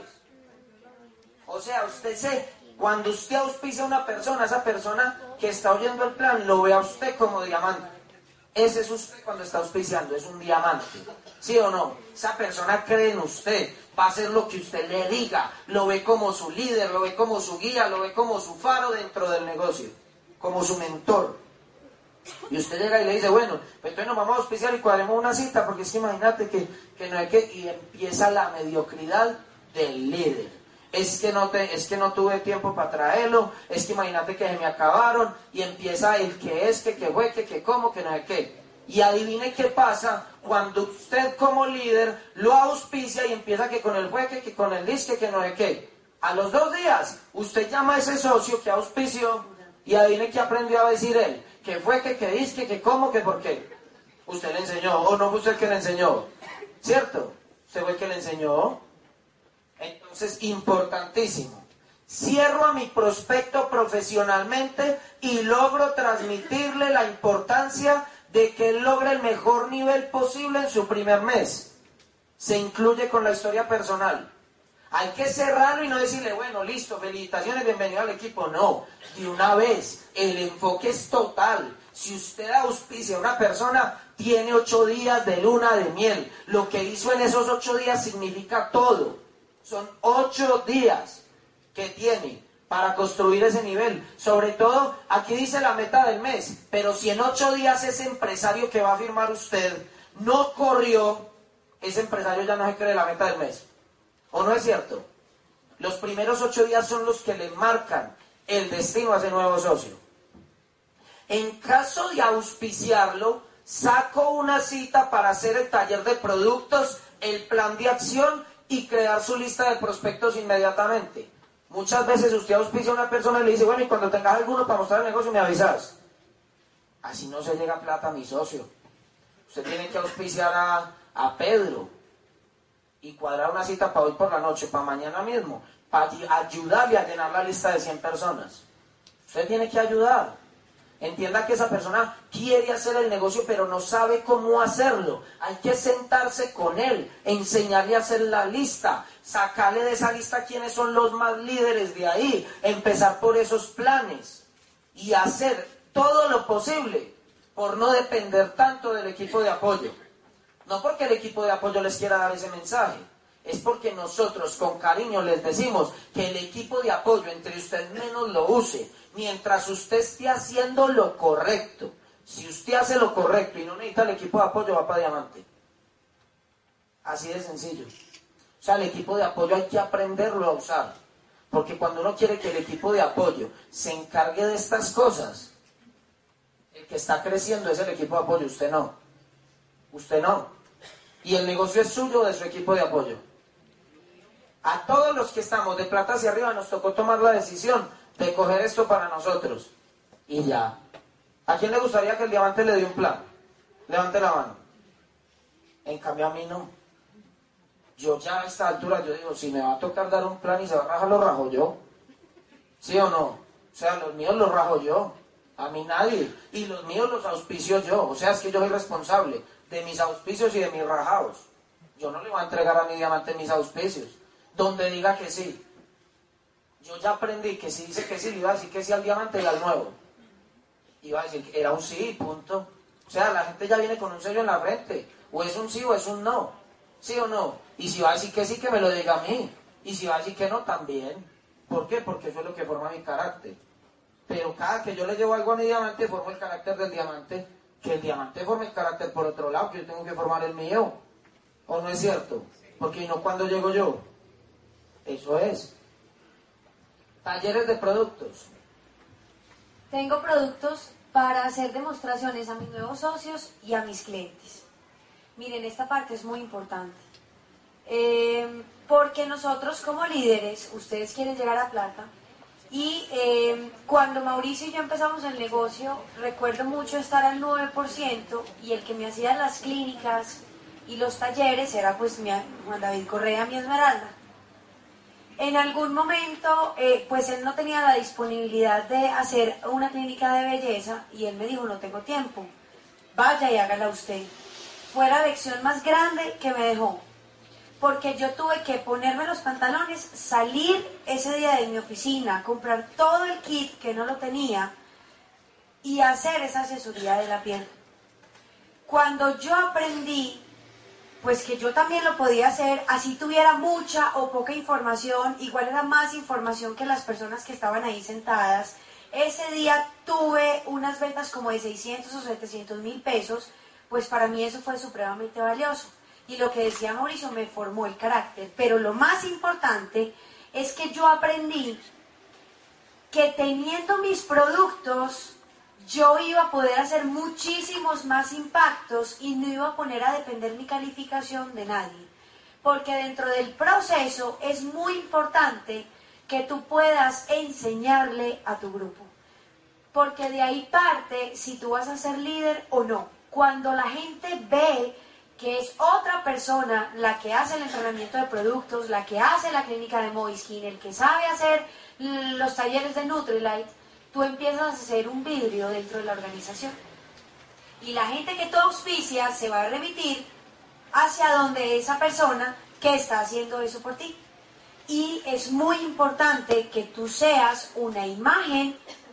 O sea, usted se, cuando usted auspicia a una persona, esa persona que está oyendo el plan, lo ve a usted como diamante. Ese es usted cuando está auspiciando, es un diamante. ¿Sí o no? Esa persona cree en usted, va a hacer lo que usted le diga, lo ve como su líder, lo ve como su guía, lo ve como su faro dentro del negocio, como su mentor. Y usted llega y le dice, bueno, pues entonces nos vamos a auspiciar y cuadremos una cita, porque es que imagínate que, que no hay que... Y empieza la mediocridad del líder. Es que, no te, es que no tuve tiempo para traerlo, es que imagínate que se me acabaron, y empieza el que es, que, que fue, que, que cómo, que no sé qué. Y adivine qué pasa cuando usted como líder lo auspicia y empieza que con el fue, que, que con el disque, que no sé qué. A los dos días, usted llama a ese socio que auspició y adivine qué aprendió a decir él. Que fue, que, que disque, que cómo, que por qué. Usted le enseñó, o no fue usted el que le enseñó. ¿Cierto? Usted fue el que le enseñó. Entonces, importantísimo. Cierro a mi prospecto profesionalmente y logro transmitirle la importancia de que él logre el mejor nivel posible en su primer mes. Se incluye con la historia personal. Hay que cerrarlo y no decirle, bueno, listo, felicitaciones, bienvenido al equipo. No, de una vez, el enfoque es total. Si usted auspicia a una persona, tiene ocho días de luna de miel. Lo que hizo en esos ocho días significa todo. Son ocho días que tiene para construir ese nivel. Sobre todo, aquí dice la meta del mes, pero si en ocho días ese empresario que va a firmar usted no corrió, ese empresario ya no se cree la meta del mes. ¿O no es cierto? Los primeros ocho días son los que le marcan el destino a ese nuevo socio. En caso de auspiciarlo, saco una cita para hacer el taller de productos, el plan de acción y crear su lista de prospectos inmediatamente. Muchas veces usted auspicia a una persona y le dice, bueno, y cuando tengas alguno para mostrar el negocio me avisas. Así no se llega plata a mi socio. Usted tiene que auspiciar a, a Pedro y cuadrar una cita para hoy por la noche, para mañana mismo, para ayudarle a llenar la lista de cien personas. Usted tiene que ayudar. Entienda que esa persona quiere hacer el negocio, pero no sabe cómo hacerlo. Hay que sentarse con él, enseñarle a hacer la lista, sacarle de esa lista quiénes son los más líderes de ahí, empezar por esos planes y hacer todo lo posible por no depender tanto del equipo de apoyo. No porque el equipo de apoyo les quiera dar ese mensaje, es porque nosotros con cariño les decimos que el equipo de apoyo entre usted menos lo use, mientras usted esté haciendo lo correcto. Si usted hace lo correcto y no necesita el equipo de apoyo, va para diamante. Así de sencillo. O sea, el equipo de apoyo hay que aprenderlo a usar, porque cuando uno quiere que el equipo de apoyo se encargue de estas cosas, el que está creciendo es el equipo de apoyo, usted no. Usted no. Y el negocio es suyo o de su equipo de apoyo. A todos los que estamos de plata hacia arriba nos tocó tomar la decisión de coger esto para nosotros. Y ya. ¿A quién le gustaría que el diamante le dé un plan? Levante la mano. En cambio a mí no. Yo ya a esta altura, yo digo, si me va a tocar dar un plan y se va a rajar, lo rajo yo. ¿Sí o no? O sea, los míos los rajo yo. A mí nadie. Y los míos los auspicio yo. O sea, es que yo soy responsable de mis auspicios y de mis rajados. Yo no le voy a entregar a mi diamante mis auspicios. Donde diga que sí. Yo ya aprendí que si dice que sí, le iba a decir que sí al diamante y al nuevo. Iba a decir que era un sí, punto. O sea, la gente ya viene con un sello en la frente. O es un sí o es un no. ¿Sí o no? Y si va a decir que sí, que me lo diga a mí. Y si va a decir que no, también. ¿Por qué? Porque eso es lo que forma mi carácter. Pero cada que yo le llevo algo a mi diamante, formo el carácter del diamante. Que el diamante forme el carácter por otro lado, que yo tengo que formar el mío. ¿O no es cierto? Porque no cuando llego yo. Eso es. Talleres de productos. Tengo productos para hacer demostraciones a mis nuevos socios y a mis clientes. Miren, esta parte es muy importante. Eh, porque nosotros como líderes, ustedes quieren llegar a plata, y eh, cuando Mauricio y yo empezamos el negocio, recuerdo mucho estar al nueve por ciento y el que me hacía las clínicas y los talleres era pues mi, Juan David Correa, mi Esmeralda. En algún momento, eh, pues él no tenía la disponibilidad de hacer una clínica de belleza y él me dijo, no tengo tiempo, vaya y hágala usted. Fue la lección más grande que me dejó, porque yo tuve que ponerme los pantalones, salir ese día de mi oficina, comprar todo el kit que no lo tenía y hacer esa asesoría de la piel. Cuando yo aprendí, pues que yo también lo podía hacer, así tuviera mucha o poca información, igual era más información que las personas que estaban ahí sentadas. Ese día tuve unas ventas como de seiscientos o setecientos mil pesos, pues para mí eso fue supremamente valioso. Y lo que decía Mauricio, me formó el carácter. Pero lo más importante es que yo aprendí que teniendo mis productos, yo iba a poder hacer muchísimos más impactos y no iba a poner a depender mi calificación de nadie. Porque dentro del proceso es muy importante que tú puedas enseñarle a tu grupo. Porque de ahí parte si tú vas a ser líder o no. Cuando la gente ve que es otra persona la que hace el entrenamiento de productos, la que hace la clínica de Moiskin, el que sabe hacer los talleres de Nutrilite, tú empiezas a hacer un vidrio dentro de la organización. Y la gente que tú auspicias se va a remitir hacia donde esa persona que está haciendo eso por ti. Y es muy importante que tú seas una imagen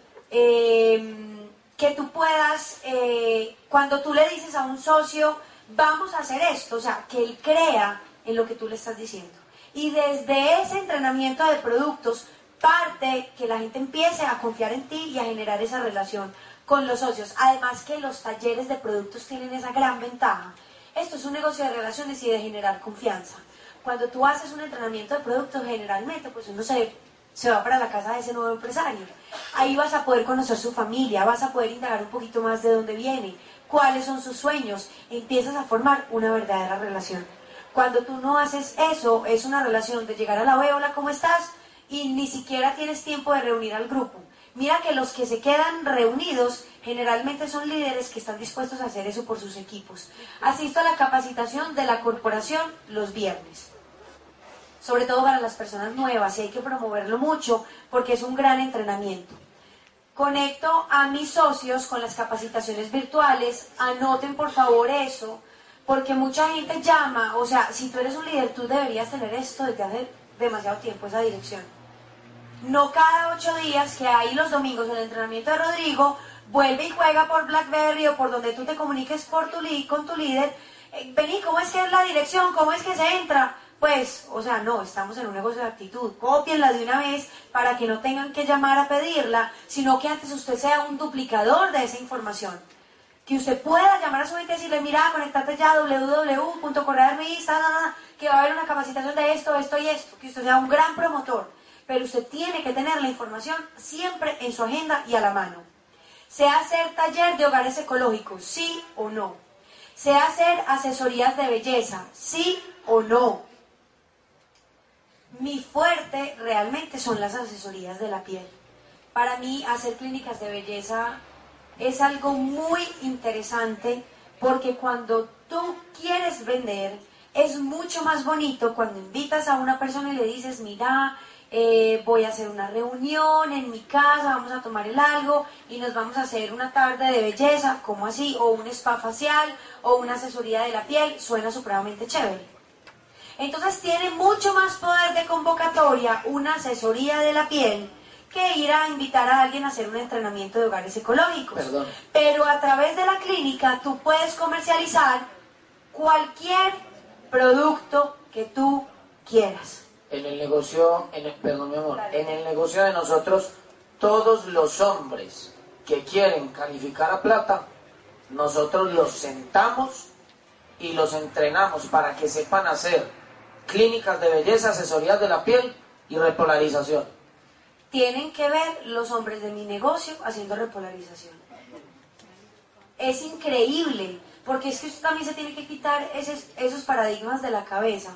eh, que tú puedas, eh, cuando tú le dices a un socio, vamos a hacer esto, o sea, que él crea en lo que tú le estás diciendo. Y desde ese entrenamiento de productos parte que la gente empiece a confiar en ti y a generar esa relación con los socios. Además que los talleres de productos tienen esa gran ventaja. Esto es un negocio de relaciones y de generar confianza. Cuando tú haces un entrenamiento de productos, generalmente pues uno se, se va para la casa de ese nuevo empresario. Ahí vas a poder conocer su familia, vas a poder indagar un poquito más de dónde viene, cuáles son sus sueños, empiezas a formar una verdadera relación. Cuando tú no haces eso, es una relación de llegar a la web, hola, ¿cómo estás? Y ni siquiera tienes tiempo de reunir al grupo. Mira que los que se quedan reunidos generalmente son líderes que están dispuestos a hacer eso por sus equipos. Asisto a la capacitación de la corporación los viernes, sobre todo para las personas nuevas, y hay que promoverlo mucho porque es un gran entrenamiento. Conecto a mis socios con las capacitaciones virtuales, anoten por favor eso, porque mucha gente llama, o sea, si tú eres un líder, tú deberías tener esto desde hace demasiado tiempo, esa dirección. No cada ocho días que hay los domingos el entrenamiento de Rodrigo, vuelve y juega por BlackBerry o por donde tú te comuniques por tu con tu líder, eh, vení, ¿cómo es que es la dirección? ¿Cómo es que se entra? Pues, o sea, no, estamos en un negocio de actitud. Cópienla de una vez para que no tengan que llamar a pedirla, sino que antes usted sea un duplicador de esa información. Que usted pueda llamar a su gente y decirle, mira, conectate ya a doble u doble u doble u punto correa punto m x, que va a haber una capacitación de esto, esto y esto. Que usted sea un gran promotor. Pero usted tiene que tener la información siempre en su agenda y a la mano. Sea hacer taller de hogares ecológicos, sí o no. Sea hacer asesorías de belleza, sí o no. Mi fuerte realmente son las asesorías de la piel. Para mí hacer clínicas de belleza es algo muy interesante porque cuando tú quieres vender es mucho más bonito cuando invitas a una persona y le dices, mira, eh, voy a hacer una reunión en mi casa, vamos a tomar el algo y nos vamos a hacer una tarde de belleza, como así, o un spa facial o una asesoría de la piel, suena supremamente chévere. Entonces tiene mucho más poder de convocatoria una asesoría de la piel que ir a invitar a alguien a hacer un entrenamiento de hogares ecológicos. Perdón. Pero a través de la clínica tú puedes comercializar cualquier producto que tú quieras. En el negocio, en el, perdón mi amor, en el negocio de nosotros, todos los hombres que quieren calificar a plata, nosotros los sentamos y los entrenamos para que sepan hacer clínicas de belleza, asesorías de la piel y repolarización. Tienen que ver los hombres de mi negocio haciendo repolarización. Es increíble, porque es que usted también se tiene que quitar esos, esos paradigmas de la cabeza.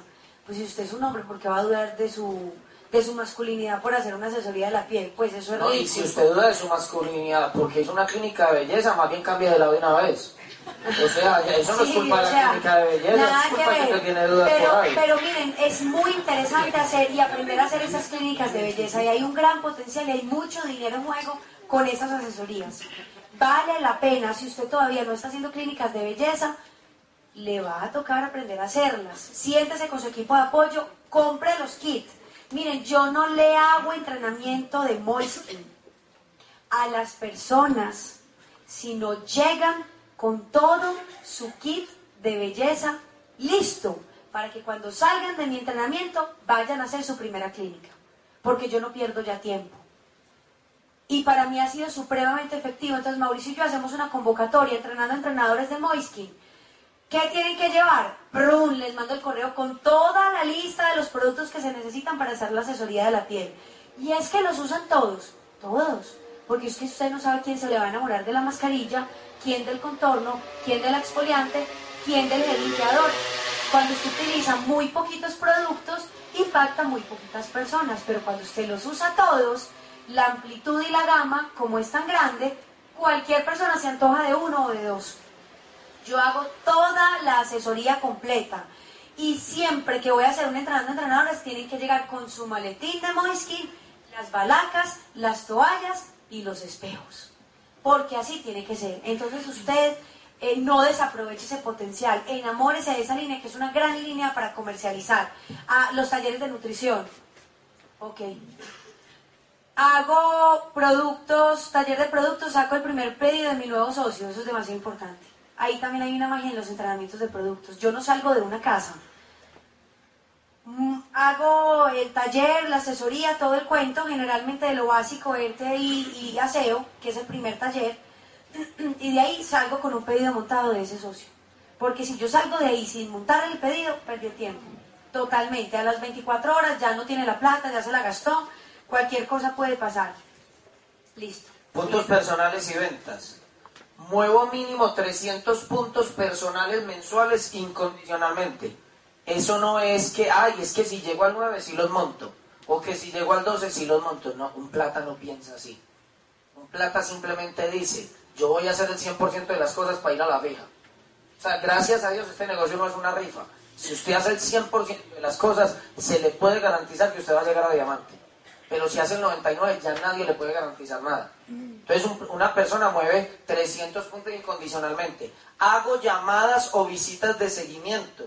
Pues si usted es un hombre, ¿por qué va a dudar de su, de su masculinidad por hacer una asesoría de la piel? Pues eso es No, ridículo. y si usted duda de su masculinidad porque es una clínica de belleza, más bien cambie de lado de una vez. O sea, eso no es Sí, culpa de o la sea, clínica de belleza, nada es culpa que que ver. usted tiene dudas pero, por ahí. pero miren, es muy interesante hacer y aprender a hacer esas clínicas de belleza y hay un gran potencial y hay mucho dinero en juego con esas asesorías. Vale la pena, si usted todavía no está haciendo clínicas de belleza, le va a tocar aprender a hacerlas. Siéntese con su equipo de apoyo, compre los kits. Miren, yo no le hago entrenamiento de Moleskine a las personas si no llegan con todo su kit de belleza listo para que cuando salgan de mi entrenamiento vayan a hacer su primera clínica, porque yo no pierdo ya tiempo. Y para mí ha sido supremamente efectivo. Entonces Mauricio y yo hacemos una convocatoria entrenando a entrenadores de Moleskine. ¿Qué tienen que llevar? Prun, les mando el correo con toda la lista de los productos que se necesitan para hacer la asesoría de la piel. Y es que los usan todos, todos. Porque es que usted no sabe quién se le va a enamorar de la mascarilla, quién del contorno, quién del exfoliante, quién del gel limpiador. Cuando usted utiliza muy poquitos productos, impacta muy poquitas personas. Pero cuando usted los usa todos, la amplitud y la gama, como es tan grande, cualquier persona se antoja de uno o de dos. Yo hago toda la asesoría completa y siempre que voy a hacer un entrenamiento de entrenadores tienen que llegar con su maletín de Moleskine, las balacas, las toallas y los espejos, porque así tiene que ser. Entonces usted eh, no desaproveche ese potencial, enamórese de esa línea que es una gran línea para comercializar. Ah, los talleres de nutrición, ok. Hago productos, taller de productos, saco el primer pedido de mi nuevo socio, eso es demasiado importante. Ahí también hay una magia en los entrenamientos de productos. Yo no salgo de una casa. Mm, hago el taller, la asesoría, todo el cuento, generalmente de lo básico, E R T y, y aseo, que es el primer taller, y de ahí salgo con un pedido montado de ese socio. Porque si yo salgo de ahí sin montar el pedido, perdí el tiempo. Totalmente. A las veinticuatro horas ya no tiene la plata, ya se la gastó, cualquier cosa puede pasar. Listo. Puntos personales y ventas. Muevo mínimo trescientos puntos personales mensuales incondicionalmente. Eso no es que, ay, es que si llego al nueve sí los monto, o que si llego al doce sí los monto. No, un plata no piensa así. Un plata simplemente dice, yo voy a hacer el cien por ciento de las cosas para ir a la fija. O sea, gracias a Dios este negocio no es una rifa. Si usted hace el cien por ciento de las cosas, se le puede garantizar que usted va a llegar a diamante. Pero si hace el noventa y nueve, ya nadie le puede garantizar nada. Entonces un, una persona mueve trescientos puntos incondicionalmente. Hago llamadas o visitas de seguimiento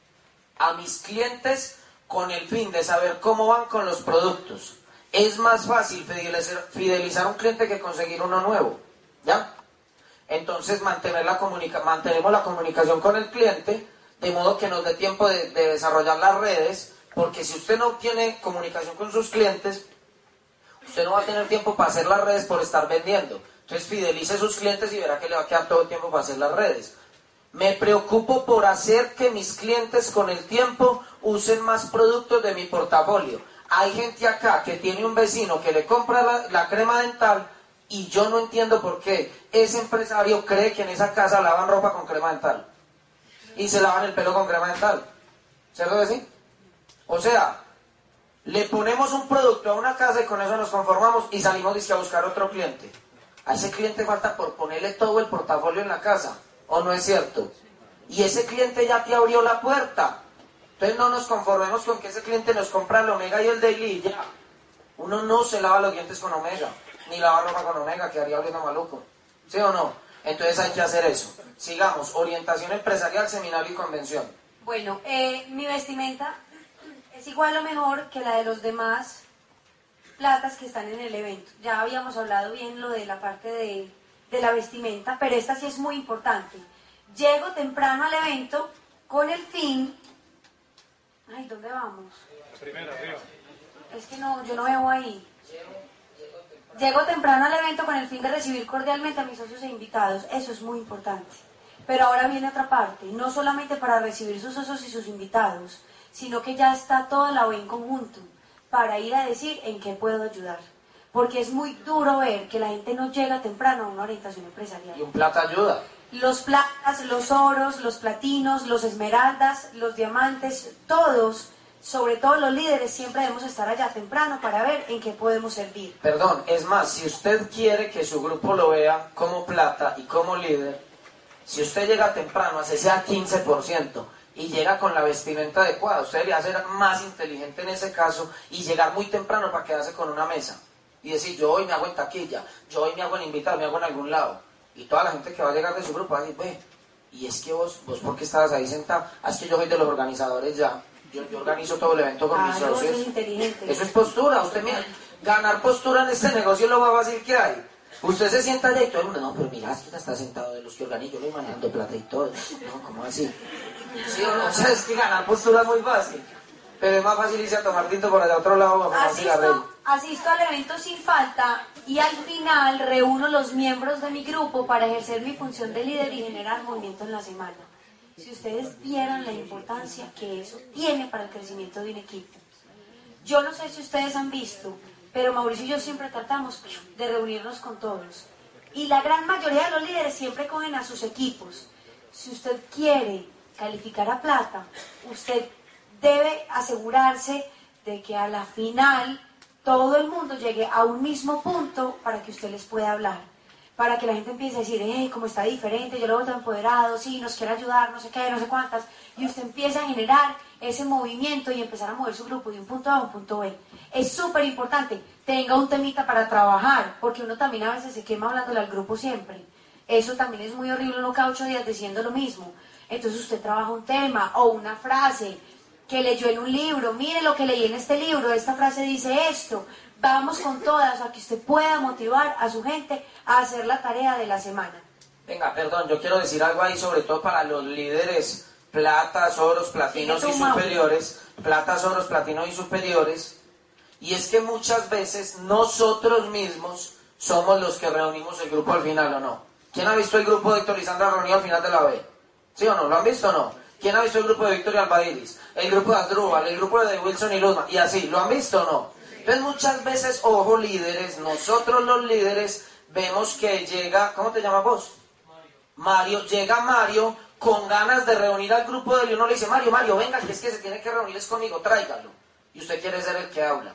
a mis clientes con el fin de saber cómo van con los productos. Es más fácil fidelizar, fidelizar a un cliente que conseguir uno nuevo, ¿ya? Entonces mantener la comunica, mantenemos la comunicación con el cliente, de modo que nos dé tiempo de, de desarrollar las redes, porque si usted no tiene comunicación con sus clientes, usted no va a tener tiempo para hacer las redes por estar vendiendo. Entonces fidelice a sus clientes y verá que le va a quedar todo el tiempo para hacer las redes. Me preocupo por hacer que mis clientes con el tiempo usen más productos de mi portafolio. Hay gente acá que tiene un vecino que le compra la, la crema dental y yo no entiendo por qué ese empresario cree que en esa casa lavan ropa con crema dental y se lavan el pelo con crema dental. ¿Cierto que sí? O sea, le ponemos un producto a una casa y con eso nos conformamos y salimos dizque a buscar otro cliente. A ese cliente falta por ponerle todo el portafolio en la casa, ¿o no es cierto? Y ese cliente ya te abrió la puerta. Entonces no nos conformemos con que ese cliente nos compra el Omega y el Daily y ya. Uno no se lava los dientes con Omega, ni lava ropa con Omega, quedaría oliendo maluco. ¿Sí o no? Entonces hay que hacer eso. Sigamos, orientación empresarial, seminario y convención. Bueno, eh, mi vestimenta es igual o mejor que la de los demás platas que están en el evento. Ya habíamos hablado bien lo de la parte de, de la vestimenta, pero esta sí es muy importante. Llego temprano al evento con el fin... Ay, ¿dónde vamos? Primero, arriba. Es que no, yo no veo ahí. Llego temprano al evento con el fin de recibir cordialmente a mis socios e invitados. Eso es muy importante. Pero ahora viene otra parte. No solamente para recibir sus socios y sus invitados, sino que ya está toda la O E en conjunto para ir a decir en qué puedo ayudar. Porque es muy duro ver que la gente no llega temprano a una orientación empresarial. Y un plata ayuda. Los platas, los oros, los platinos, los esmeraldas, los diamantes, todos sobre todo los líderes, siempre debemos estar allá temprano para ver en qué podemos servir. Perdón, es más, si usted quiere que su grupo lo vea como plata y como líder, si usted llega temprano, así sea quince por ciento, y llega con la vestimenta adecuada, usted debería ser más inteligente en ese caso y llegar muy temprano para quedarse con una mesa. Y decir, yo hoy me hago en taquilla, yo hoy me hago en invitado, me hago en algún lado. Y toda la gente que va a llegar de su grupo va a decir, ve, y es que vos, vos ¿por qué estabas ahí sentado? Ah, es que yo soy de los organizadores ya. Yo, yo organizo todo el evento con Ah, mis no, socios. eso es inteligente. Eso es postura. Usted mira, ganar postura en este negocio es lo más fácil que hay. Usted se sienta allá y todo el mundo, no, pero mira, es que está sentado de los que organizo, yo le voy manejando plata y todo. No, ¿cómo así? Sí o no, o sea, es que ganar postura es muy fácil. Pero es más fácil irse a tomar tinto por allá a otro lado a fumar cigarrillo. Asisto, asisto al evento sin falta y al final reúno los miembros de mi grupo para ejercer mi función de líder y generar movimiento en la semana. Si ustedes vieran la importancia que eso tiene para el crecimiento de un equipo. Yo no sé si ustedes han visto, pero Mauricio y yo siempre tratamos de reunirnos con todos. Y la gran mayoría de los líderes siempre cogen a sus equipos. Si usted quiere calificar a plata, usted debe asegurarse de que a la final todo el mundo llegue a un mismo punto para que usted les pueda hablar. Para que la gente empiece a decir, hey, cómo está diferente, yo lo veo tan empoderado, sí, nos quiere ayudar, no sé qué, no sé cuántas. Y usted empieza a generar ese movimiento y empezar a mover su grupo de un punto A a un punto B. Es súper importante, tenga un temita para trabajar, porque uno también a veces se quema hablándole al grupo siempre. Eso también es muy horrible, uno cada ocho días diciendo lo mismo. Entonces usted trabaja un tema o una frase que leyó en un libro, mire lo que leí en este libro, esta frase dice esto, vamos con todas a que usted pueda motivar a su gente a hacer la tarea de la semana. Venga, perdón, yo quiero decir algo ahí, sobre todo para los líderes platas, oros, platinos y superiores, platas, oros, platinos y superiores, y es que muchas veces nosotros mismos somos los que reunimos el grupo al final, ¿o no? ¿Quién ha visto el grupo de Héctor y Sandra reunido al final de la B? ¿Sí o no? ¿Lo han visto o no? ¿Quién ha visto el grupo de Victoria Albadilis? El grupo de Asdrúbal, el grupo de Wilson y Luzma, y así, ¿lo han visto o no? Entonces muchas veces, ojo líderes, nosotros los líderes vemos que llega, ¿cómo te llamas vos? Mario, llega Mario con ganas de reunir al grupo de él y uno le dice, Mario, Mario, venga, que es que se tiene que reunir es conmigo, tráigalo. Y usted quiere ser el que habla.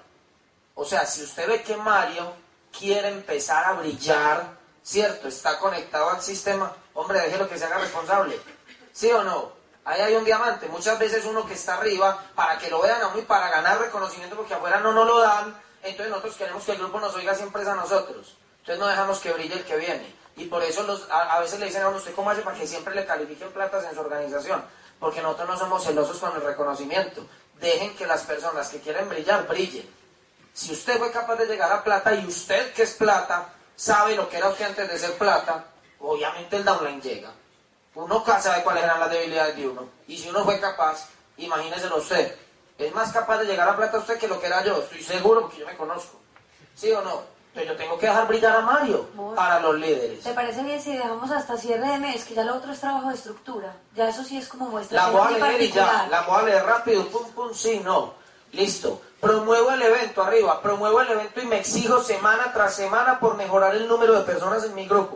O sea, si usted ve que Mario quiere empezar a brillar, ¿cierto? Está conectado al sistema, hombre, déjelo que se haga responsable. ¿Sí o no? Ahí hay un diamante. Muchas veces uno que está arriba, para que lo vean a uno y para ganar reconocimiento, porque afuera no nos lo dan, entonces nosotros queremos que el grupo nos oiga siempre a nosotros. Entonces no dejamos que brille el que viene. Y por eso los, a, a veces le dicen a uno, ¿usted cómo hace para que siempre le califiquen platas en su organización? Porque nosotros no somos celosos con el reconocimiento. Dejen que las personas que quieren brillar, brillen. Si usted fue capaz de llegar a plata y usted que es plata, sabe lo que era usted antes de ser plata, obviamente el downline llega. Uno sabe cuáles eran las debilidades de uno. Y si uno fue capaz, imagíneselo usted. Es más capaz de llegar a plata usted que lo que era yo. Estoy seguro porque yo me conozco. ¿Sí o no? Entonces yo tengo que dejar brillar a Mario ¿Vos? Para los líderes. ¿Te parece bien si dejamos hasta cierre de mes? Que ya lo otro es trabajo de estructura. Ya eso sí es como muestra. La voy a leer y ya. La voy a leer rápido. Pum, pum, sí, no. Listo. Promuevo el evento arriba. Promuevo el evento y me exijo semana tras semana por mejorar el número de personas en mi grupo.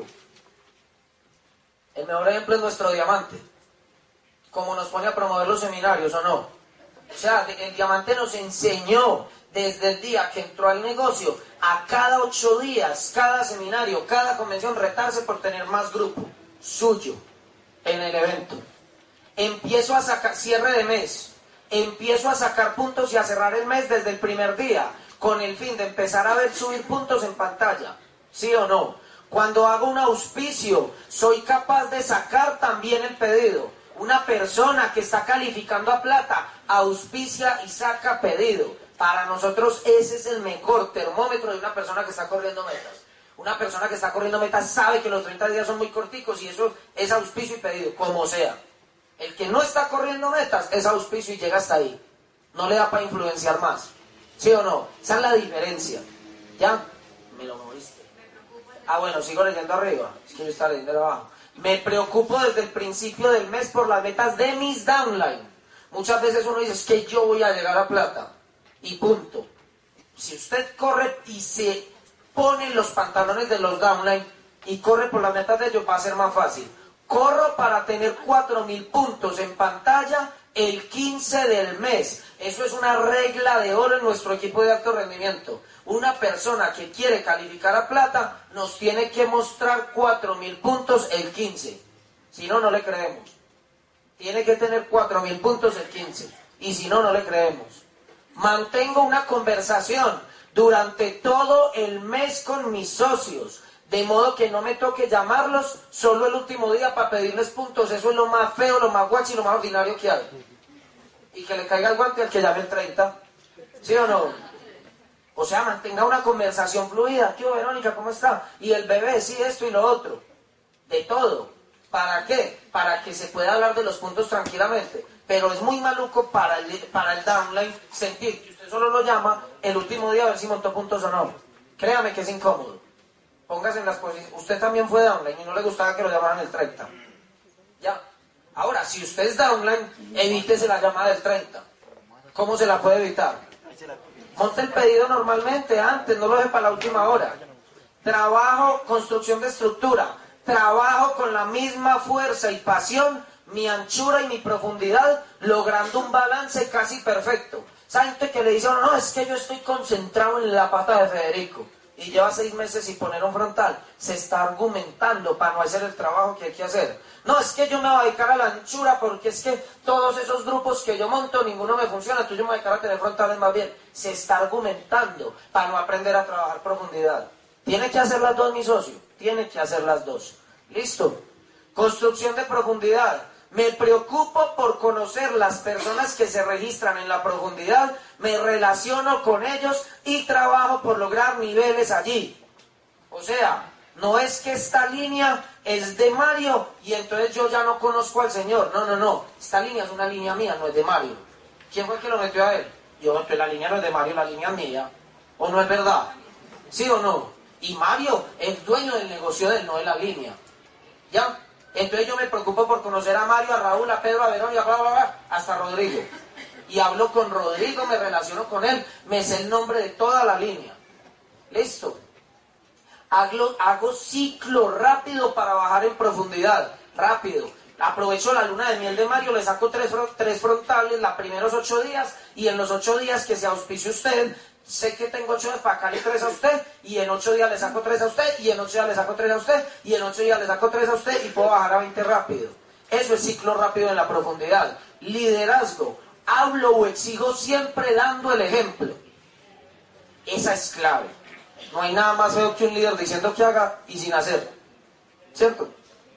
El mejor ejemplo es nuestro diamante, como nos pone a promover los seminarios, ¿o no? O sea, el diamante nos enseñó desde el día que entró al negocio, a cada ocho días, cada seminario, cada convención, retarse por tener más grupo suyo en el evento. Empiezo a sacar, cierre de mes, empiezo a sacar puntos y a cerrar el mes desde el primer día, con el fin de empezar a ver subir puntos en pantalla, ¿sí o no? Cuando hago un auspicio, soy capaz de sacar también el pedido. Una persona que está calificando a plata, auspicia y saca pedido. Para nosotros ese es el mejor termómetro de una persona que está corriendo metas. Una persona que está corriendo metas sabe que los treinta días son muy corticos y eso es auspicio y pedido, como sea. El que no está corriendo metas es auspicio y llega hasta ahí. No le da para influenciar más. ¿Sí o no? Esa es la diferencia. ¿Ya? Me lo moviste. Ah, bueno, sigo leyendo arriba. Es que yo estaba leyendo abajo. Me preocupo desde el principio del mes por las metas de mis downline. Muchas veces uno dice, es que yo voy a llegar a plata. Y punto. Si usted corre y se pone los pantalones de los downline y corre por las metas de ellos, va a ser más fácil. Corro para tener cuatro mil puntos en pantalla el quince del mes. Eso es una regla de oro en nuestro equipo de alto rendimiento. Una persona que quiere calificar a plata nos tiene que mostrar cuatro mil puntos el quince. Si no, no le creemos. Tiene que tener cuatro mil puntos el quince. Y si no, no le creemos. Mantengo una conversación durante todo el mes con mis socios, de modo que no me toque llamarlos solo el último día para pedirles puntos. Eso es lo más feo, lo más guachi y lo más ordinario que hay. Y que le caiga el guante al que llame el treinta. ¿Sí o no? O sea, mantenga una conversación fluida. ¿Qué, Verónica, cómo está? Y el bebé, sí, esto y lo otro. De todo. ¿Para qué? Para que se pueda hablar de los puntos tranquilamente. Pero es muy maluco para el, para el downline sentir que usted solo lo llama el último día a ver si montó puntos o no. Créame que es incómodo. Póngase en las posiciones. Usted también fue downline y no le gustaba que lo llamaran el treinta. Ya. Ahora, si usted es downline, evítese la llamada del treinta. ¿Cómo se la puede evitar? Monte el pedido normalmente antes, no lo deje para la última hora. Trabajo, construcción de estructura. Trabajo con la misma fuerza y pasión, mi anchura y mi profundidad, logrando un balance casi perfecto. ¿Saben gente que le dice, no, no, es que yo estoy concentrado en la pata de Federico? Y lleva seis meses sin poner un frontal. Se está argumentando para no hacer el trabajo que hay que hacer. No, es que yo me voy a dedicar a la anchura porque es que todos esos grupos que yo monto, ninguno me funciona, entonces yo me voy a dedicar a tener frontales más bien. Se está argumentando para no aprender a trabajar profundidad. Tiene que hacer las dos, mi socio. Tiene que hacer las dos. ¿Listo? Construcción de profundidad. Me preocupo por conocer las personas que se registran en la profundidad, me relaciono con ellos y trabajo por lograr niveles allí. O sea, no es que esta línea es de Mario y entonces yo ya no conozco al señor. No, no, no. Esta línea es una línea mía, no es de Mario. ¿Quién fue el que lo metió a él? Yo, entonces la línea no es de Mario, la línea es mía. ¿O no es verdad? ¿Sí o no? Y Mario es dueño del negocio de él, no de la línea. ¿Ya? Entonces yo me preocupo por conocer a Mario, a Raúl, a Pedro, a Verónica, bla, bla, bla, hasta Rodrigo. Y hablo con Rodrigo, me relaciono con él, me sé el nombre de toda la línea. ¿Listo? Hago, hago ciclo rápido para bajar en profundidad. Rápido. Aprovecho la luna de miel de Mario, le saco tres, tres frontales los primeros ocho días, y en los ocho días que se auspicie usted, sé que tengo ocho días para sacarle tres a usted, y en ocho días le saco tres a usted, y en ocho días le saco tres a usted, y en ocho días le saco tres a usted, y puedo bajar a veinte rápido. Eso es ciclo rápido en la profundidad. Liderazgo. Hablo o exijo siempre dando el ejemplo. Esa es clave. No hay nada más feo que un líder diciendo que haga y sin hacer. ¿Cierto?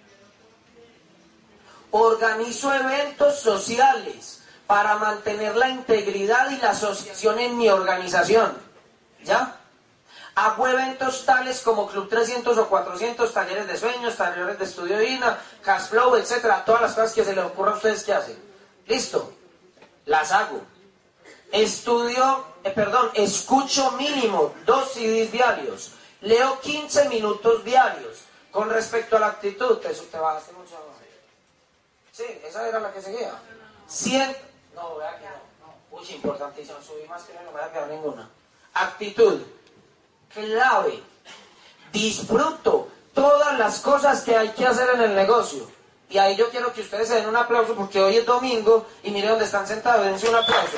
Organizo eventos sociales para mantener la integridad y la asociación en mi organización. ¿Ya? Hago eventos tales como Club trescientos o cuatrocientos, talleres de sueños, talleres de estudio divina, cash flow, etcétera. Todas las cosas que se les ocurra a ustedes que hacen. ¿Listo? Las hago. Estudio, eh, perdón, escucho mínimo dos C Ds diarios. Leo quince minutos diarios. Con respecto a la actitud, te, te bajaste mucho. Sí, esa era la que seguía. cien. No, vea que no. no. Uy, importantísimo. Subí más que no me voy a quedar ninguna. Actitud. Clave. Disfruto todas las cosas que hay que hacer en el negocio. Y ahí yo quiero que ustedes se den un aplauso porque hoy es domingo y mire dónde están sentados, dense un aplauso.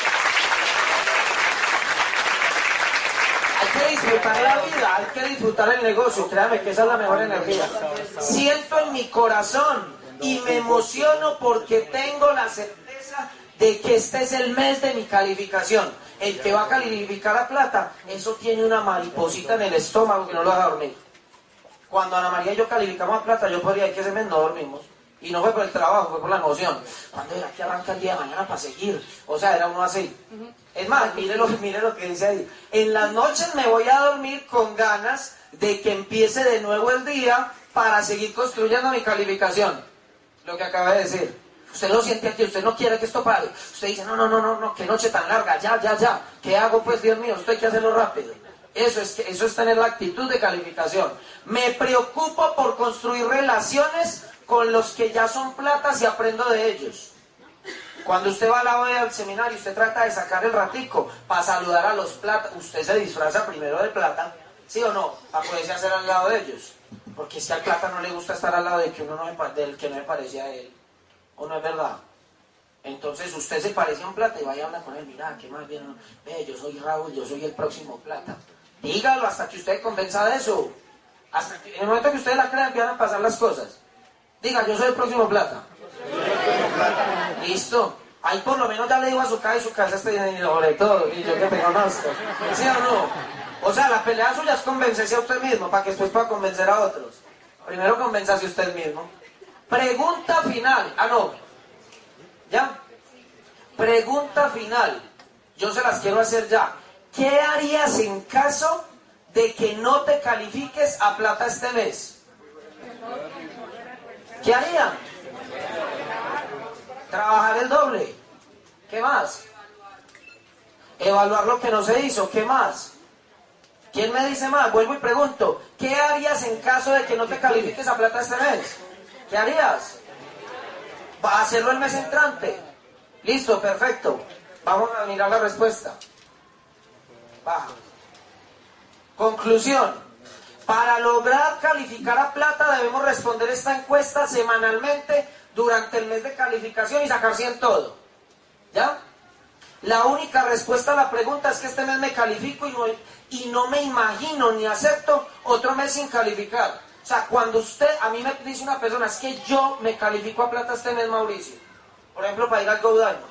Hay que disfrutar la vida, hay que disfrutar el negocio, créanme que esa es la mejor energía. Siento en mi corazón y me emociono porque tengo la certeza de que este es el mes de mi calificación. El que va a calificar a plata, eso tiene una mariposita en el estómago que no lo deja dormir. Cuando Ana María y yo calificamos a plata, yo podría decir que ese mes no dormimos. Y no fue por el trabajo, fue por la emoción. ¿Cuándo era que arranca el día de mañana para seguir? O sea, era uno así. Uh-huh. Es más, mire lo, mire lo que dice ahí. En las noches me voy a dormir con ganas de que empiece de nuevo el día para seguir construyendo mi calificación. Lo que acaba de decir. Usted lo siente aquí, usted no quiere que esto pare. Usted dice, no, no, no, no, no, qué noche tan larga, ya, ya, ya. ¿Qué hago pues, Dios mío? Esto hay que hacerlo rápido. Eso es, que, eso es tener la actitud de calificación. Me preocupo por construir relaciones con los que ya son platas y aprendo de ellos. Cuando usted va a la O E al seminario, usted trata de sacar el ratico para saludar a los platas. Usted se disfraza primero de plata, ¿sí o no? Para poderse hacer al lado de ellos. Porque es que al plata no le gusta estar al lado de que uno no me, del que no me parece a él. ¿O no es verdad? Entonces usted se parece a un plata y vaya a hablar con él, mira, ¿qué más bien? Ve, yo soy Raúl, yo soy el próximo plata. Dígalo hasta que usted convenza de eso. Hasta que, en el momento que ustedes la crean, empiezan a pasar las cosas. Diga, yo soy el próximo plata. Listo. Ahí por lo menos ya le digo a su casa y su casa está sobre todo, y yo que te conozco. ¿Sí o no? O sea, la pelea suya es convencerse a usted mismo, para que después pueda convencer a otros. Primero convénzase usted mismo. Pregunta final. Ah, no. ¿Ya? Pregunta final. Yo se las quiero hacer ya. ¿Qué harías en caso de que no te califiques a plata este mes? ¿Qué harían? Trabajar el doble. ¿Qué más? Evaluar lo que no se hizo. ¿Qué más? ¿Quién me dice más? Vuelvo y pregunto. ¿Qué harías en caso de que no te califiques a plata este mes? ¿Qué harías? ¿Va a hacerlo el mes entrante? Listo, perfecto. Vamos a mirar la respuesta. Baja. Conclusión. Para lograr calificar a plata debemos responder esta encuesta semanalmente durante el mes de calificación y sacar cien todo. ¿Ya? La única respuesta a la pregunta es que este mes me califico y no, y no me imagino ni acepto otro mes sin calificar. O sea, cuando usted, a mí me dice una persona, es que yo me califico a plata este mes, Mauricio. Por ejemplo, para ir al Go Diamond.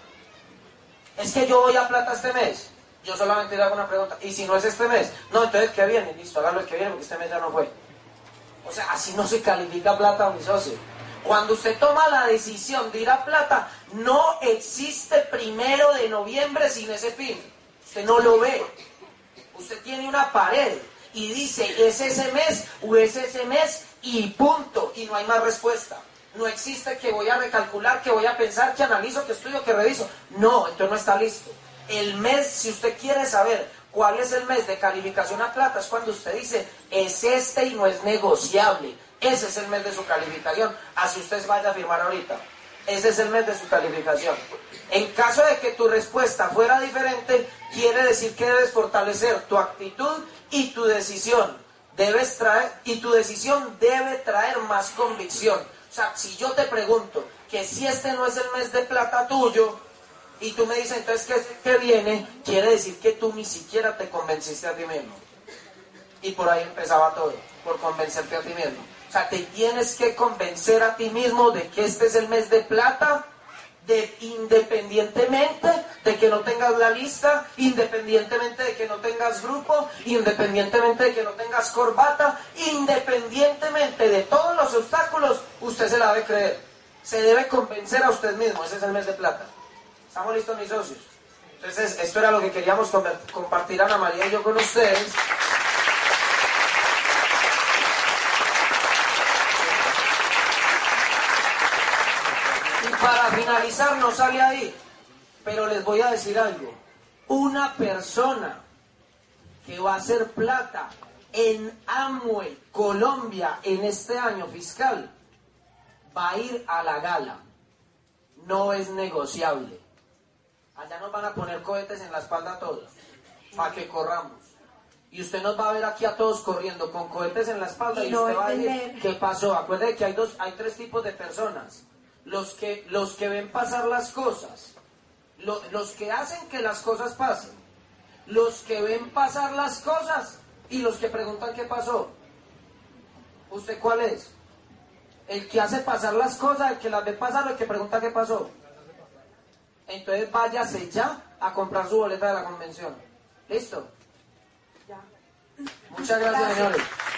Es que yo voy a plata este mes. Yo solamente le hago una pregunta. ¿Y si no es este mes? No, entonces ¿qué viene? Listo, hágalo el que viene porque este mes ya no fue. O sea, así no se califica plata, mi socio. Cuando usted toma la decisión de ir a plata, no existe primero de noviembre sin ese pin. Usted no lo ve. Usted tiene una pared y dice, es ese mes o es ese mes y punto. Y no hay más respuesta. No existe que voy a recalcular, que voy a pensar, que analizo, que estudio, que reviso. No, entonces no está listo. El mes, si usted quiere saber cuál es el mes de calificación a plata, es cuando usted dice, es este y no es negociable. Ese es el mes de su calificación. Así usted vaya a firmar ahorita. Ese es el mes de su calificación. En caso de que tu respuesta fuera diferente, quiere decir que debes fortalecer tu actitud y tu decisión. Debes traer, y tu decisión debe traer más convicción. O sea, si yo te pregunto que si este no es el mes de plata tuyo, y tú me dices entonces que, que viene, quiere decir que tú ni siquiera te convenciste a ti mismo. Y por ahí empezaba todo, por convencerte a ti mismo. O sea, te tienes que convencer a ti mismo de que este es el mes de plata, de, independientemente de que no tengas la lista, independientemente de que no tengas grupo, independientemente de que no tengas corbata, independientemente de todos los obstáculos, usted se la debe creer. Se debe convencer a usted mismo, ese es el mes de plata. ¿Estamos listos, mis socios? Entonces, esto era lo que queríamos compartir Ana María y yo con ustedes. Para finalizar, no sale ahí, pero les voy a decir algo. Una persona que va a hacer plata en Amway, Colombia, en este año fiscal, va a ir a la gala. No es negociable. Allá nos van a poner cohetes en la espalda a todos, para que corramos. Y usted nos va a ver aquí a todos corriendo con cohetes en la espalda y, y usted va a decir, ¿qué pasó? Acuérdate que hay, dos, hay tres tipos de personas. Los que, los que ven pasar las cosas, lo, los que hacen que las cosas pasen, los que ven pasar las cosas y los que preguntan qué pasó. ¿Usted cuál es? El que hace pasar las cosas, el que las ve pasar o el que pregunta qué pasó. Entonces váyase ya a comprar su boleta de la convención. ¿Listo? Ya. Muchas gracias, gracias. señores.